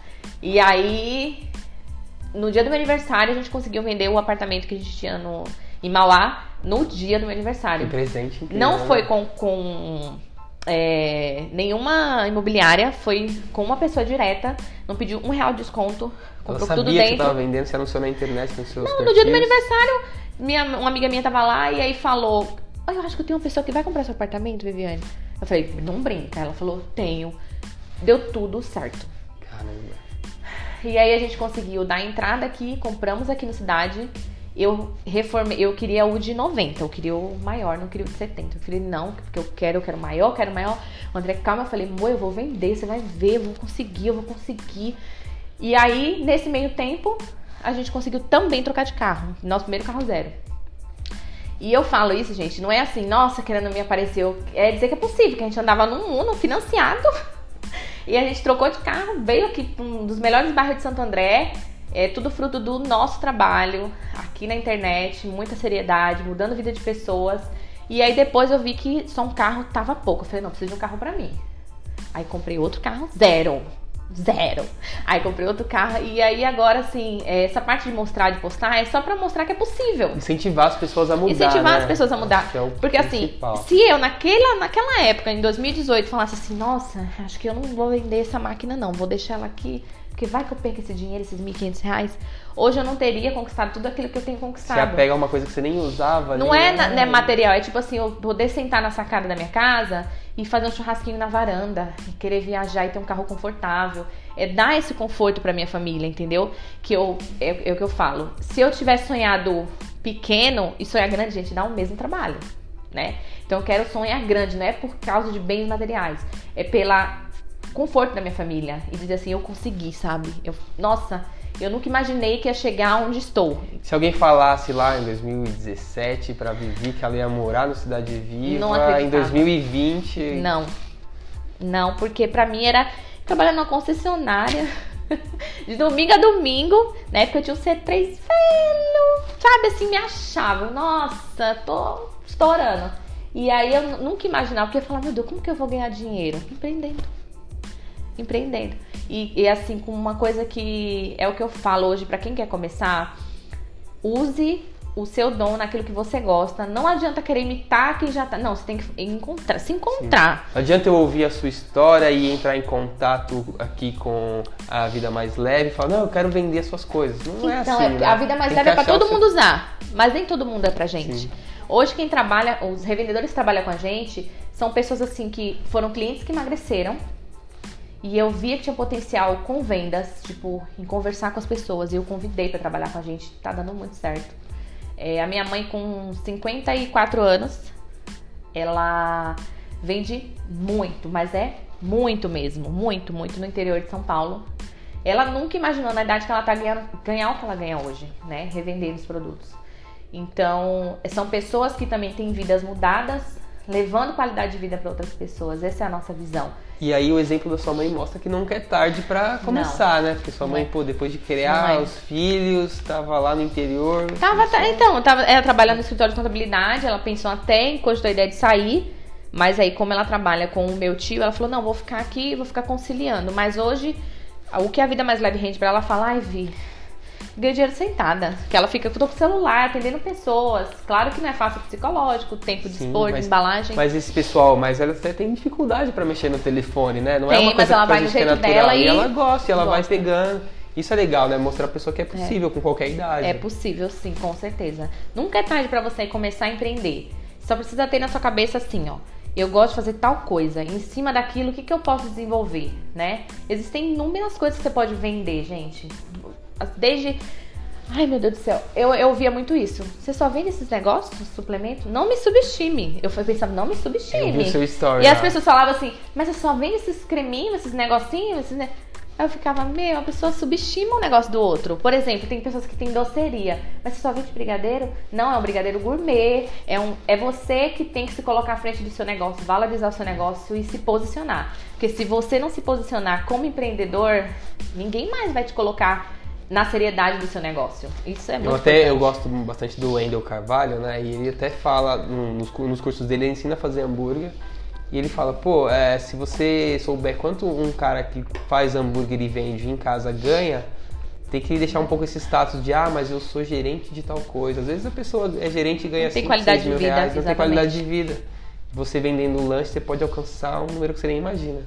E aí, no dia do meu aniversário, a gente conseguiu vender o apartamento que a gente tinha em Mauá, no dia do meu aniversário. Que presente incrível. Não foi com nenhuma imobiliária, foi com uma pessoa direta, não pediu R$1 de desconto, comprou tudo dentro. Ela sabia que você tava vendendo, você anunciou na internet com seus perfis. No dia do meu aniversário, uma amiga minha tava lá e aí falou, eu acho que eu tenho uma pessoa que vai comprar seu apartamento, Viviane. Eu falei, não brinca. Ela falou, tenho. Deu tudo certo. Caramba. E aí a gente conseguiu dar a entrada aqui, compramos aqui na cidade. Eu eu queria o de 90, eu queria o maior, não queria o de 70. Eu falei, não, porque eu quero maior. O André, calma, eu falei, amor, eu vou vender, você vai ver, eu vou conseguir. E aí, nesse meio tempo, a gente conseguiu também trocar de carro, nosso primeiro carro zero. E eu falo isso, gente, não é assim, nossa, querendo me aparecer, é dizer que é possível, que a gente andava num Uno financiado e a gente trocou de carro, veio aqui para um dos melhores bairros de Santo André. É tudo fruto do nosso trabalho aqui na internet, muita seriedade, mudando a vida de pessoas. E aí depois eu vi que só um carro tava pouco. Eu falei, não, preciso de um carro pra mim. Aí comprei outro carro, zero. Aí comprei outro carro e aí agora assim, essa parte de mostrar, de postar, é só pra mostrar que é possível. Incentivar as pessoas a mudar, as pessoas a mudar. Porque principal. Assim, se eu naquela época, em 2018, falasse assim, nossa, acho que eu não vou vender essa máquina não, vou deixar ela aqui, porque vai que eu perco esse dinheiro, esses R$1.500. Hoje eu não teria conquistado tudo aquilo que eu tenho conquistado. Você apega uma coisa que você nem usava. Não é material, é tipo assim, eu poder sentar na sacada da minha casa e fazer um churrasquinho na varanda, e querer viajar e ter um carro confortável. É dar esse conforto pra minha família, entendeu? É o que eu falo. Se eu tivesse sonhado pequeno e sonhar grande, gente, dá o mesmo trabalho, né? Então eu quero sonhar grande, não é por causa de bens materiais, é pela conforto da minha família. E dizer assim, eu consegui, sabe? Nossa, eu nunca imaginei que ia chegar onde estou. Se alguém falasse lá em 2017 pra Vivi que ela ia morar no Cidade Viva, Não acreditava. em 2020... Não, porque pra mim era trabalhar numa concessionária de domingo a domingo, né? Porque eu tinha um C3 velho, sabe, assim, me achava. Nossa, tô estourando. E aí eu nunca imaginava, porque eu falava, meu Deus, como que eu vou ganhar dinheiro? Empreendendo. E assim, com uma coisa que é o que eu falo hoje pra quem quer começar, use o seu dom naquilo que você gosta. Não adianta querer imitar quem já tá. Não, você tem que se encontrar. Sim. Não adianta eu ouvir a sua história e entrar em contato aqui com a Vida Mais Leve e falar, não, eu quero vender as suas coisas. Não é assim, né? A Vida Mais Leve é pra todo mundo usar, mas nem todo mundo é pra gente. Sim. Hoje quem trabalha, os revendedores que trabalham com a gente, são pessoas assim que foram clientes que emagreceram. E eu via que tinha potencial com vendas, tipo, em conversar com as pessoas. E eu convidei pra trabalhar com a gente. Tá dando muito certo. A minha mãe, com 54 anos, ela vende muito, mas é muito mesmo. Muito no interior de São Paulo. Ela nunca imaginou, na idade que ela tá ganhar o que ela ganha hoje, né? Revendendo os produtos. Então, são pessoas que também têm vidas mudadas, levando qualidade de vida para outras pessoas. Essa é a nossa visão. E aí o exemplo da sua mãe mostra que nunca é tarde pra começar, né? Porque sua mãe, pô, depois de criar os filhos, tava lá no interior. Ela trabalha no escritório de contabilidade, ela pensou até em cogitou a ideia de sair, mas aí como ela trabalha com o meu tio, ela falou, não, vou ficar aqui, vou ficar conciliando. Mas hoje, o que a Vida Mais Leve rende pra ela, fala, ai, Vi, ganha dinheiro sentada, que ela fica com o celular, atendendo pessoas. Claro que não é fácil psicológico, tempo de expor, de embalagem. Mas esse pessoal mais velho até tem dificuldade pra mexer no telefone, né? Não é uma coisa mas ela vai no jeito dela e ela gosta, e ela vai pegando. Isso é legal, né? Mostrar pra pessoa que é possível com qualquer idade. É possível, sim, com certeza. Nunca é tarde pra você começar a empreender. Só precisa ter na sua cabeça assim, ó. Eu gosto de fazer tal coisa. Em cima daquilo, o que eu posso desenvolver, né? Existem inúmeras coisas que você pode vender, gente. Desde... Ai, meu Deus do céu. Eu ouvia muito isso. Você só vende esses negócios, suplemento? Não me subestime. Eu fui pensando, não me subestime. Eu vi o seu story, e as pessoas falavam assim, mas você só vende esses creminhos, esses negocinhos? Aí eu ficava, a pessoa subestima um negócio do outro. Por exemplo, tem pessoas que têm doceria. Mas você só vende brigadeiro? Não, é um brigadeiro gourmet. É você que tem que se colocar à frente do seu negócio, valorizar o seu negócio e se posicionar. Porque se você não se posicionar como empreendedor, ninguém mais vai te colocar na seriedade do seu negócio. Isso é muito importante. Eu gosto bastante do Wendel Carvalho, né? E ele até fala, nos cursos dele, ele ensina a fazer hambúrguer. E ele fala, pô, se você souber quanto um cara que faz hambúrguer e vende em casa ganha, tem que deixar um pouco esse status de, mas eu sou gerente de tal coisa. Às vezes a pessoa é gerente e ganha 5, 6 mil reais, não tem qualidade de vida. Você vendendo lanche, você pode alcançar um número que você nem imagina.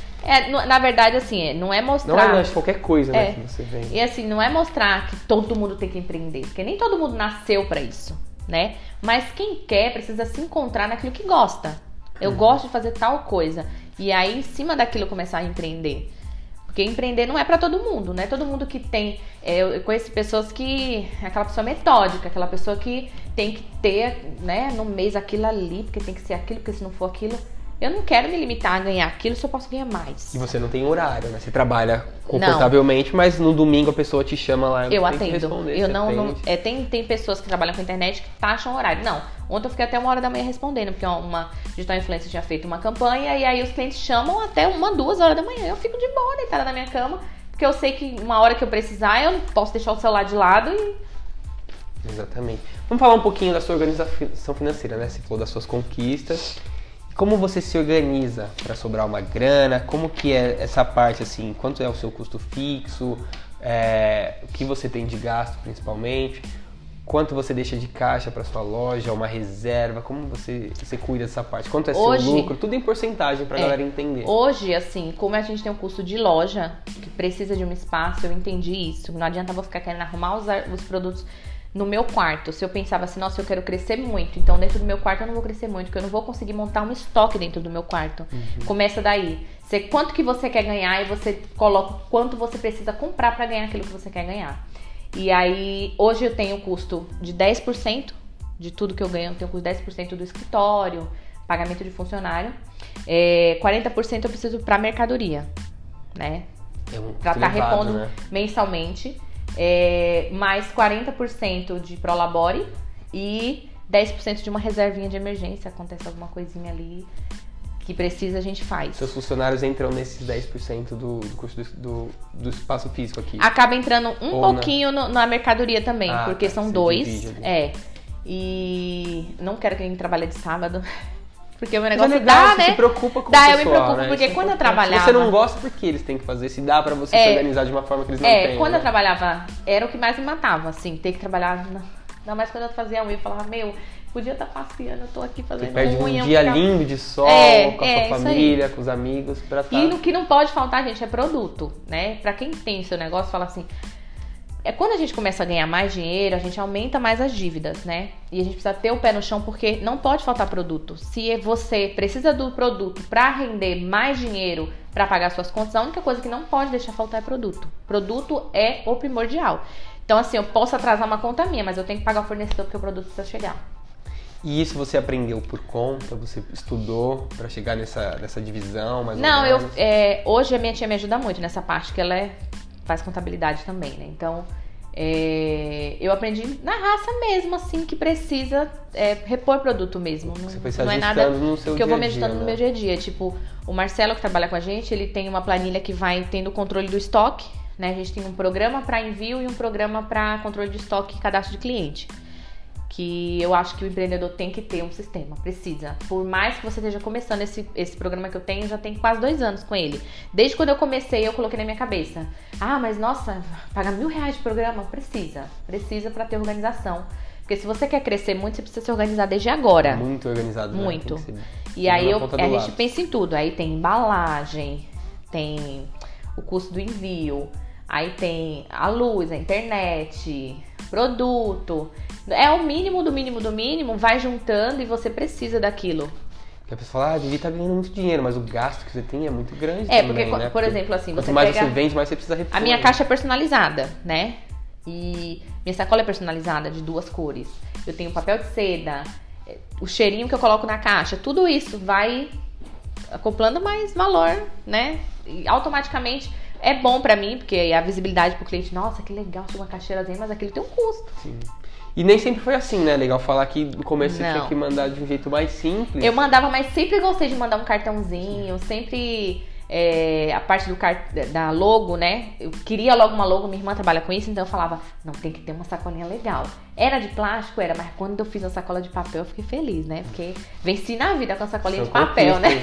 Na verdade, assim, não é mostrar... Não é lanche, qualquer coisa, né, que você vende. E assim, não é mostrar que todo mundo tem que empreender, porque nem todo mundo nasceu pra isso, né? Mas quem quer precisa se encontrar naquilo que gosta. Eu gosto de fazer tal coisa. E aí, em cima daquilo, começar a empreender. Porque empreender não é pra todo mundo, né? Todo mundo que tem... eu conheço pessoas que... Aquela pessoa metódica, aquela pessoa que tem que ter, né, no mês aquilo ali, porque tem que ser aquilo, porque se não for aquilo... Eu não quero me limitar a ganhar aquilo se eu posso ganhar mais. E você não tem horário, né? Você trabalha confortavelmente, mas no domingo a pessoa te chama lá e eu tem atendo. que responder. Eu não tem pessoas que trabalham com internet que taxam horário. Não, ontem eu fiquei até 1h da manhã respondendo, porque uma digital influencer tinha feito uma campanha e aí os clientes chamam até 1, 2 horas da manhã. Eu fico de boa, deitada na minha cama, porque eu sei que uma hora que eu precisar, eu não posso deixar o celular de lado e... Exatamente. Vamos falar um pouquinho da sua organização financeira, né? Você falou das suas conquistas. Como você se organiza para sobrar uma grana? Como que é essa parte, assim? Quanto é o seu custo fixo? O que você tem de gasto, principalmente? Quanto você deixa de caixa para sua loja? Uma reserva? Como você cuida dessa parte? Quanto é seu lucro? Tudo em porcentagem para a galera entender. Hoje, assim, como a gente tem um custo de loja, que precisa de um espaço, eu entendi isso. Não adianta eu ficar querendo arrumar os produtos no meu quarto, se eu pensava assim, nossa, eu quero crescer muito, então dentro do meu quarto eu não vou crescer muito, porque eu não vou conseguir montar um estoque dentro do meu quarto. Começa daí. Quanto que você quer ganhar e você coloca quanto você precisa comprar para ganhar aquilo que você quer ganhar. E aí, hoje eu tenho custo de 10% de tudo que eu ganho, eu tenho custo de 10% do escritório, pagamento de funcionário. 40% eu preciso para mercadoria, né? Para estar repondo, né, mensalmente. Mais 40% de Prolabore e 10% de uma reservinha de emergência. Acontece alguma coisinha ali que precisa, a gente faz. Seus funcionários entram nesses 10% do custo do espaço físico aqui? Acaba entrando pouquinho na mercadoria também, porque são 2. E não quero que ninguém trabalhe de sábado. Porque o meu negócio dá, né? Você se preocupa com o pessoal, eu me preocupo, né? porque quando eu trabalhava... Se você não gosta, por que eles têm que fazer? Se dá pra você se organizar de uma forma que eles não têm. Quando eu trabalhava, era o que mais me matava, assim, ter que trabalhar... Ainda mais quando eu fazia unha, eu falava, podia estar passeando, eu tô aqui fazendo unha. Você perde um dia lindo de sol, com a sua família, com os amigos, pra estar... E o que não pode faltar, gente, é produto, né? Pra quem tem seu negócio, fala assim... Quando a gente começa a ganhar mais dinheiro, a gente aumenta mais as dívidas, né? E a gente precisa ter o pé no chão, porque não pode faltar produto. Se você precisa do produto para render mais dinheiro para pagar suas contas, a única coisa que não pode deixar faltar é produto. Produto é o primordial. Então, assim, eu posso atrasar uma conta minha, mas eu tenho que pagar o fornecedor porque o produto precisa chegar. E isso você aprendeu por conta? Você estudou para chegar nessa divisão? Mais não, ou menos? Hoje a minha tia me ajuda muito nessa parte, que ela faz contabilidade também, né? Então, eu aprendi na raça mesmo, assim, que precisa repor produto mesmo. Você foi se não é nada no seu que eu vou me dia a dia, ajustando no meu dia a dia. Tipo, o Marcelo, que trabalha com a gente, ele tem uma planilha que vai tendo o controle do estoque, né? A gente tem um programa para envio e um programa para controle de estoque e cadastro de cliente. Que eu acho que o empreendedor tem que ter um sistema, precisa. Por mais que você esteja começando esse programa que eu tenho, já tem quase 2 anos com ele. Desde quando eu comecei, eu coloquei na minha cabeça. Mas nossa, pagar R$1.000 de programa? Precisa para ter organização. Porque se você quer crescer muito, você precisa se organizar desde agora. Muito organizado. Muito. Né? E aí a gente pensa em tudo. Aí tem embalagem, tem o custo do envio, aí tem a luz, a internet, produto... É o mínimo do mínimo do mínimo, vai juntando e você precisa daquilo. Porque a pessoa fala, devia estar ganhando muito dinheiro, mas o gasto que você tem é muito grande também, porque, né? Por exemplo, assim, quanto você mais pega... você vende, mais você precisa repor. A minha caixa é personalizada, né? E minha sacola é personalizada, de 2 cores. Eu tenho papel de seda, o cheirinho que eu coloco na caixa, tudo isso vai acoplando mais valor, né? E automaticamente... É bom pra mim, porque a visibilidade pro cliente, nossa, que legal, tinha uma caixeirazinha, mas aquilo tem um custo. Sim. E nem sempre foi assim, né? Legal falar que no começo você tinha que mandar de um jeito mais simples. Eu mandava, mas sempre gostei de mandar um cartãozinho, sempre a parte da logo, né? Eu queria logo uma logo, minha irmã trabalha com isso, então eu falava, não, tem que ter uma sacolinha legal. Era de plástico? Era, mas quando eu fiz uma sacola de papel, eu fiquei feliz, né? Porque venci na vida com a sacolinha de papel, né?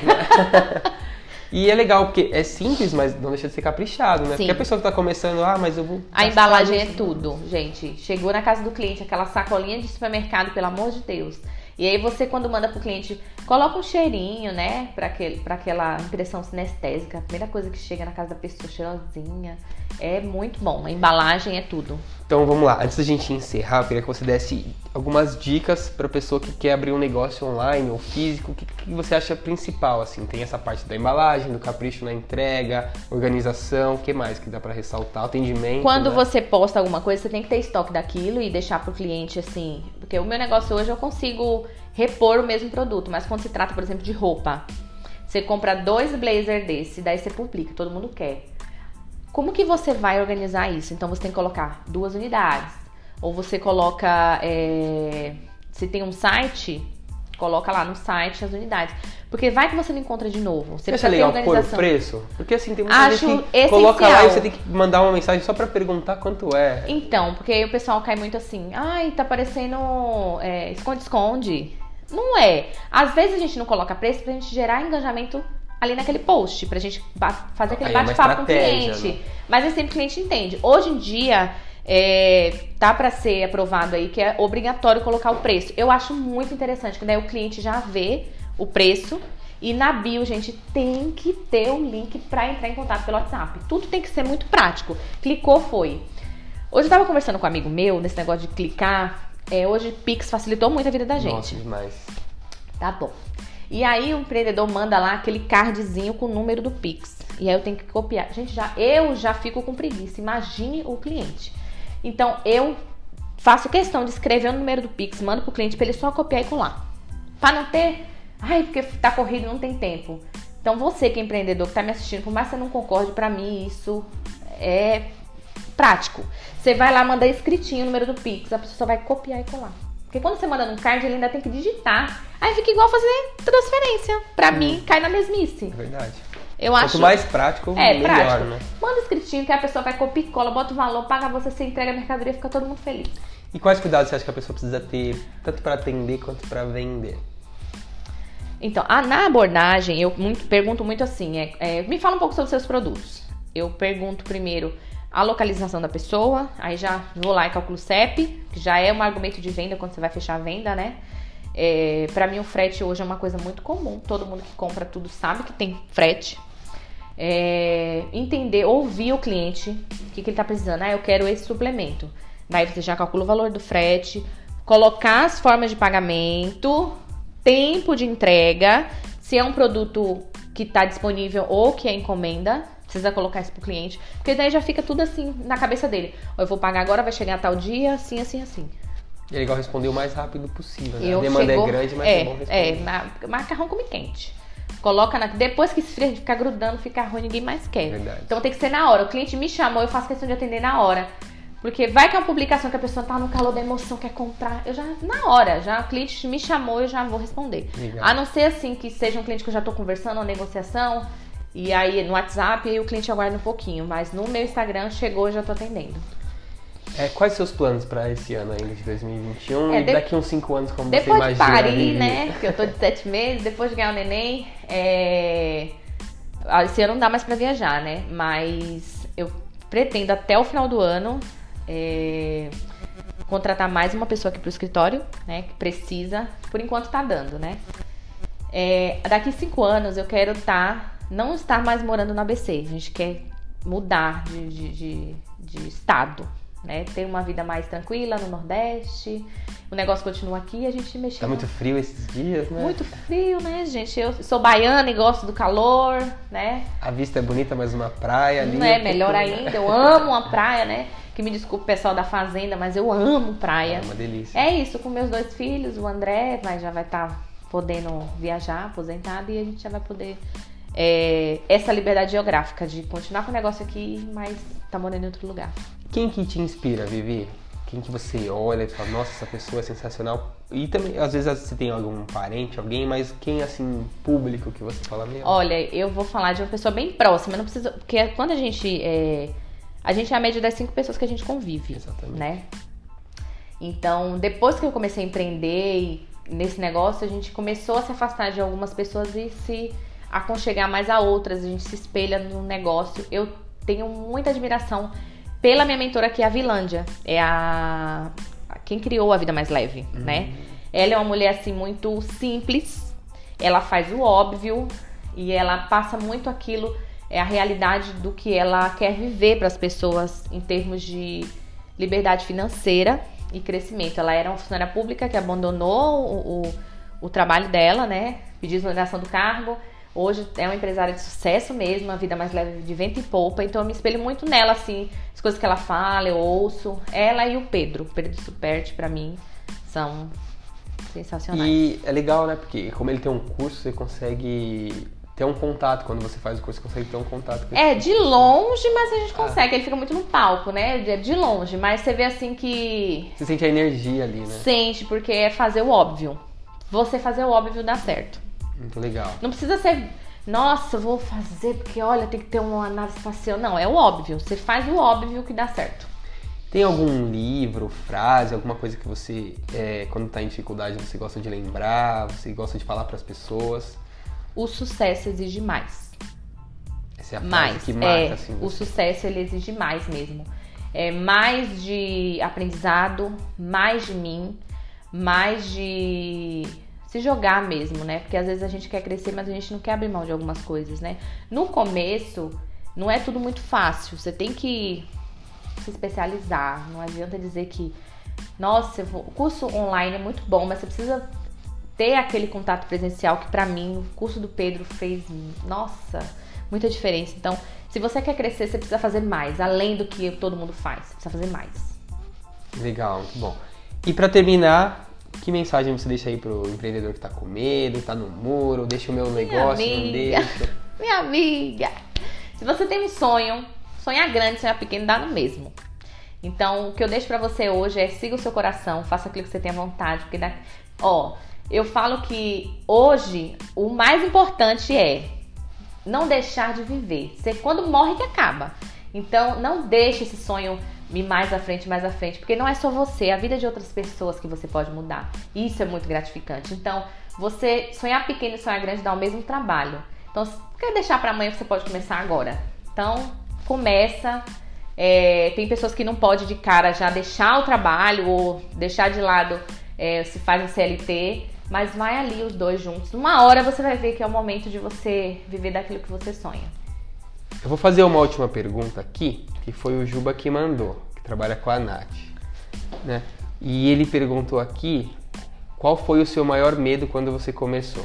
E é legal, porque é simples, mas não deixa de ser caprichado, né? Sim. Porque a pessoa que tá começando, mas eu vou... A embalagem é tudo, gente. Chegou na casa do cliente, aquela sacolinha de supermercado, pelo amor de Deus. E aí você, quando manda pro cliente, coloca um cheirinho, né? Pra aquela impressão sinestésica. A primeira coisa que chega na casa da pessoa, cheirosinha. É muito bom. A embalagem é tudo. Então vamos lá, antes da gente encerrar, eu queria que você desse algumas dicas para a pessoa que quer abrir um negócio online ou físico. O que você acha principal? Assim, tem essa parte da embalagem, do capricho na entrega, organização, o que mais que dá para ressaltar? Atendimento. Quando você posta alguma coisa, você tem que ter estoque daquilo e deixar pro cliente assim. Porque o meu negócio hoje eu consigo repor o mesmo produto, mas quando se trata, por exemplo, de roupa, você compra 2 blazer desse, daí você publica, todo mundo quer. Como que você vai organizar isso? Então você tem que colocar 2 unidades. Ou você coloca... se tem um site, coloca lá no site as unidades. Porque vai que você não encontra de novo. Você acha legal pôr o preço? Porque assim, tem muita gente que coloca lá e você tem que mandar uma mensagem só pra perguntar quanto é. Então, porque aí o pessoal cai muito assim, tá parecendo esconde-esconde. Não é. Às vezes a gente não coloca preço pra gente gerar engajamento ali naquele post, pra gente fazer aquele bate-papo com o cliente. Né? Mas nem sempre o cliente entende. Hoje em dia, tá pra ser aprovado aí que é obrigatório colocar o preço. Eu acho muito interessante, que daí o cliente já vê o preço e na bio, gente, tem que ter um link pra entrar em contato pelo WhatsApp. Tudo tem que ser muito prático. Clicou, foi. Hoje eu tava conversando com um amigo meu, nesse negócio de clicar. Hoje Pix facilitou muito a vida da gente. Nossa, demais. Tá bom. E aí o empreendedor manda lá aquele cardzinho com o número do Pix. E aí eu tenho que copiar. Gente, eu já fico com preguiça. Imagine o cliente. Então eu faço questão de escrever o número do Pix, mando pro cliente pra ele só copiar e colar. Pra não ter... Ai, porque tá corrido, não tem tempo. Então você que é empreendedor, que tá me assistindo, por mais que você não concorde, pra mim isso é prático. Você vai lá, manda escritinho o número do Pix, a pessoa só vai copiar e colar. Porque quando você manda num card, ele ainda tem que digitar. Aí fica igual fazer transferência. Pra mim, cai na mesmice. É verdade. Eu acho... Quanto mais prático, melhor, prático. Né? Manda escritinho que a pessoa vai copiar e cola, bota o valor, paga você entrega a mercadoria, fica todo mundo feliz. E quais cuidados você acha que a pessoa precisa ter, tanto para atender quanto para vender? Então, na abordagem, eu pergunto muito assim, me fala um pouco sobre os seus produtos. Eu pergunto primeiro a localização da pessoa, aí já vou lá e calculo o CEP, que já é um argumento de venda quando você vai fechar a venda, né? Pra mim o frete hoje é uma coisa muito comum, todo mundo que compra tudo sabe que tem frete. Entender, ouvir o cliente, o que ele tá precisando. Eu quero esse suplemento. Daí você já calcula o valor do frete, colocar as formas de pagamento, tempo de entrega, se é um produto que está disponível ou que é encomenda, precisa colocar isso pro cliente, porque daí já fica tudo assim na cabeça dele. Eu vou pagar agora, vai chegar a tal dia, assim, assim, assim. E é legal responder o mais rápido possível, né? A demanda é grande, mas é bom responder. Macarrão come quente. Coloca depois que esfria, a gente fica grudando, fica ruim, ninguém mais quer. Verdade. Então tem que ser na hora. O cliente me chamou, eu faço questão de atender na hora. Porque vai que é uma publicação que a pessoa tá no calor da emoção, quer comprar. Eu já, na hora, o cliente me chamou, eu já vou responder. Legal. A não ser assim, que seja um cliente que eu já tô conversando, uma negociação, e aí no WhatsApp, aí o cliente aguarda um pouquinho. Mas no meu Instagram, chegou, eu já tô atendendo. Quais seus planos para esse ano ainda de 2021 e daqui uns 5 anos, como você depois imagina? Depois de parir, né, que eu tô de 7 meses, depois de ganhar o neném, esse ano não dá mais pra viajar, né, mas eu pretendo até o final do ano contratar mais uma pessoa aqui pro escritório, né, que precisa, por enquanto tá dando, né. Daqui 5 anos eu quero não estar mais morando no ABC, a gente quer mudar de estado, né, ter uma vida mais tranquila no Nordeste, o negócio continua aqui e a gente mexer. Tá muito frio esses dias, né? Muito frio, né, gente? Eu sou baiana e gosto do calor, né? A vista é bonita, mas uma praia ali... Não é melhor ainda, eu amo uma praia, né? Que me desculpe o pessoal da fazenda, mas eu amo praia. É uma delícia. É isso, com meus 2 filhos, o André já vai estar podendo viajar, aposentado, e a gente já vai poder... essa liberdade geográfica de continuar com o negócio aqui, mas tá morando em outro lugar. Quem que te inspira, Vivi? Quem que você olha e fala, nossa, essa pessoa é sensacional? E também, às vezes, você tem algum parente, alguém, mas quem, assim, público que você fala mesmo? Olha, eu vou falar de uma pessoa bem próxima, não precisa... Porque quando a gente é a média das 5 pessoas que a gente convive. Exatamente. Né? Então, depois que eu comecei a empreender nesse negócio, a gente começou a se afastar de algumas pessoas e se aconchegar mais a outras, a gente se espelha no negócio. Eu tenho muita admiração pela minha mentora, que é a Vilândia, quem criou a Vida Mais Leve, né? Ela é uma mulher assim muito simples, ela faz o óbvio e ela passa muito aquilo, a realidade do que ela quer viver para as pessoas em termos de liberdade financeira e crescimento. Ela era uma funcionária pública que abandonou o trabalho dela, né? Pediu exoneração do cargo. Hoje é uma empresária de sucesso mesmo, a Vida Mais Leve de vento e poupa. Então eu me espelho muito nela, assim, as coisas que ela fala, eu ouço. Ela e o Pedro Superti, pra mim, são sensacionais. E é legal, né? Porque como ele tem um curso, você consegue ter um contato. Quando você faz o curso, você consegue ter um contato com ele. De longe, mas a gente consegue. Ele fica muito no palco, né? De longe, mas você vê assim que... Você sente a energia ali, né? Sente, porque é fazer o óbvio. Você fazer o óbvio dá certo. Muito legal. Não precisa ser, nossa, vou fazer porque, olha, tem que ter uma nave espacial. Não, é o óbvio. Você faz o óbvio que dá certo. Tem algum livro, frase, alguma coisa que você, quando tá em dificuldade, você gosta de lembrar, você gosta de falar pras pessoas? O sucesso exige mais. Essa é a frase que marca, assim. O sucesso, ele exige mais mesmo. Mais de aprendizado, mais de mim, mais de... se jogar mesmo, né? Porque às vezes a gente quer crescer, mas a gente não quer abrir mão de algumas coisas, né? No começo, não é tudo muito fácil. Você tem que se especializar. Não adianta dizer que, nossa, o curso online é muito bom, mas você precisa ter aquele contato presencial que pra mim o curso do Pedro fez, nossa, muita diferença. Então, se você quer crescer, você precisa fazer mais, além do que todo mundo faz. Você precisa fazer mais. Legal, muito bom. E pra terminar, que mensagem você deixa aí pro empreendedor que tá com medo, tá no muro, deixa o meu negócio, não deixa? Minha amiga, se você tem um sonho, sonhar grande, sonhar pequeno, dá no mesmo. Então, o que eu deixo pra você hoje é siga o seu coração, faça aquilo que você tem vontade, porque eu falo que hoje o mais importante é não deixar de viver. Você quando morre que acaba. Então, não deixe esse sonho ir mais à frente, porque não é só você, é a vida de outras pessoas que você pode mudar. Isso é muito gratificante. Então, você sonhar pequeno e sonhar grande dá o mesmo trabalho. Então, se quer deixar para amanhã, você pode começar agora. Então, começa. Tem pessoas que não podem de cara já deixar o trabalho ou deixar de lado se faz um CLT, mas vai ali os dois juntos. Uma hora você vai ver que é o momento de você viver daquilo que você sonha. Eu vou fazer uma última pergunta aqui, que foi o Juba que mandou, que trabalha com a Nath, né? E ele perguntou aqui, qual foi o seu maior medo quando você começou?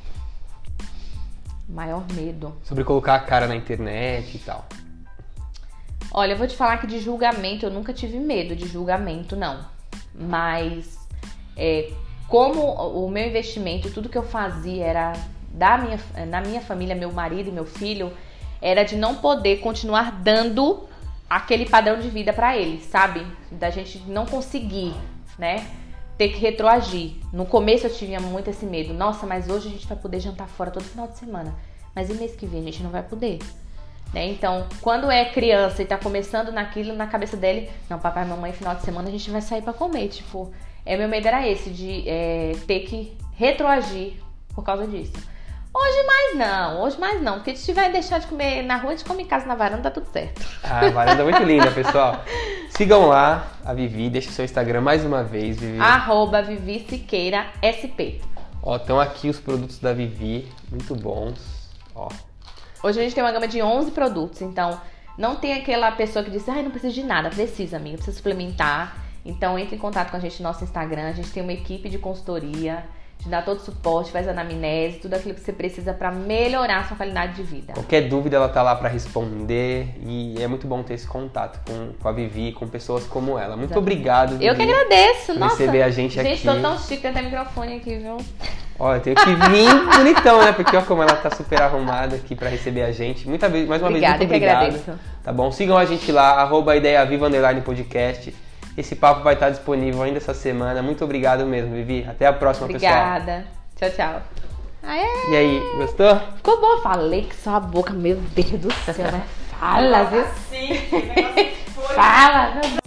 Maior medo? Sobre colocar a cara na internet e tal. Olha, eu vou te falar que de julgamento, eu nunca tive medo de julgamento, não. Mas, como o meu investimento, tudo que eu fazia era na minha família, meu marido e meu filho, era de não poder continuar dando aquele padrão de vida pra eles, sabe? Da gente não conseguir, né? Ter que retroagir. No começo eu tinha muito esse medo. Nossa, mas hoje a gente vai poder jantar fora todo final de semana. Mas e mês que vem a gente não vai poder, né? Então, quando é criança e tá começando naquilo, na cabeça dele, não, papai e mamãe, final de semana a gente vai sair pra comer. Tipo, meu medo era esse, de ter que retroagir por causa disso. Hoje mais não, porque se tiver deixar de comer na rua, a gente come em casa na varanda, tá tudo certo. A varanda é muito linda, pessoal. Sigam lá a Vivi, deixa o seu Instagram mais uma vez, Vivi. @ViviSiqueiraSP. Estão aqui os produtos da Vivi, muito bons. Hoje a gente tem uma gama de 11 produtos, então não tem aquela pessoa que diz, não precisa de nada. Precisa, amiga, precisa suplementar. Então entre em contato com a gente no nosso Instagram, a gente tem uma equipe de consultoria, te dá todo o suporte, faz anamnese, tudo aquilo que você precisa para melhorar a sua qualidade de vida. Qualquer dúvida ela tá lá para responder e é muito bom ter esse contato com a Vivi, com pessoas como ela. Muito obrigado, Vivi. Eu que agradeço, por nossa. receber a gente aqui. Gente, tô tão chique, tem até microfone aqui, viu? Eu tenho que vir bonitão, né? Porque olha como ela tá super arrumada aqui para receber a gente. Mais uma vez, muito obrigado. Eu que agradeço. Tá bom? Sigam a gente lá, @ideiaviva_podcast. Esse papo vai estar disponível ainda essa semana. Muito obrigado mesmo, Vivi. Até a próxima, pessoal. Obrigada. Tchau, tchau. Aê. E aí, gostou? Ficou bom. Falei que sua boca, meu Deus do céu, né? Fala, viu? Sim, que negócio foi. Fala, meu Deus.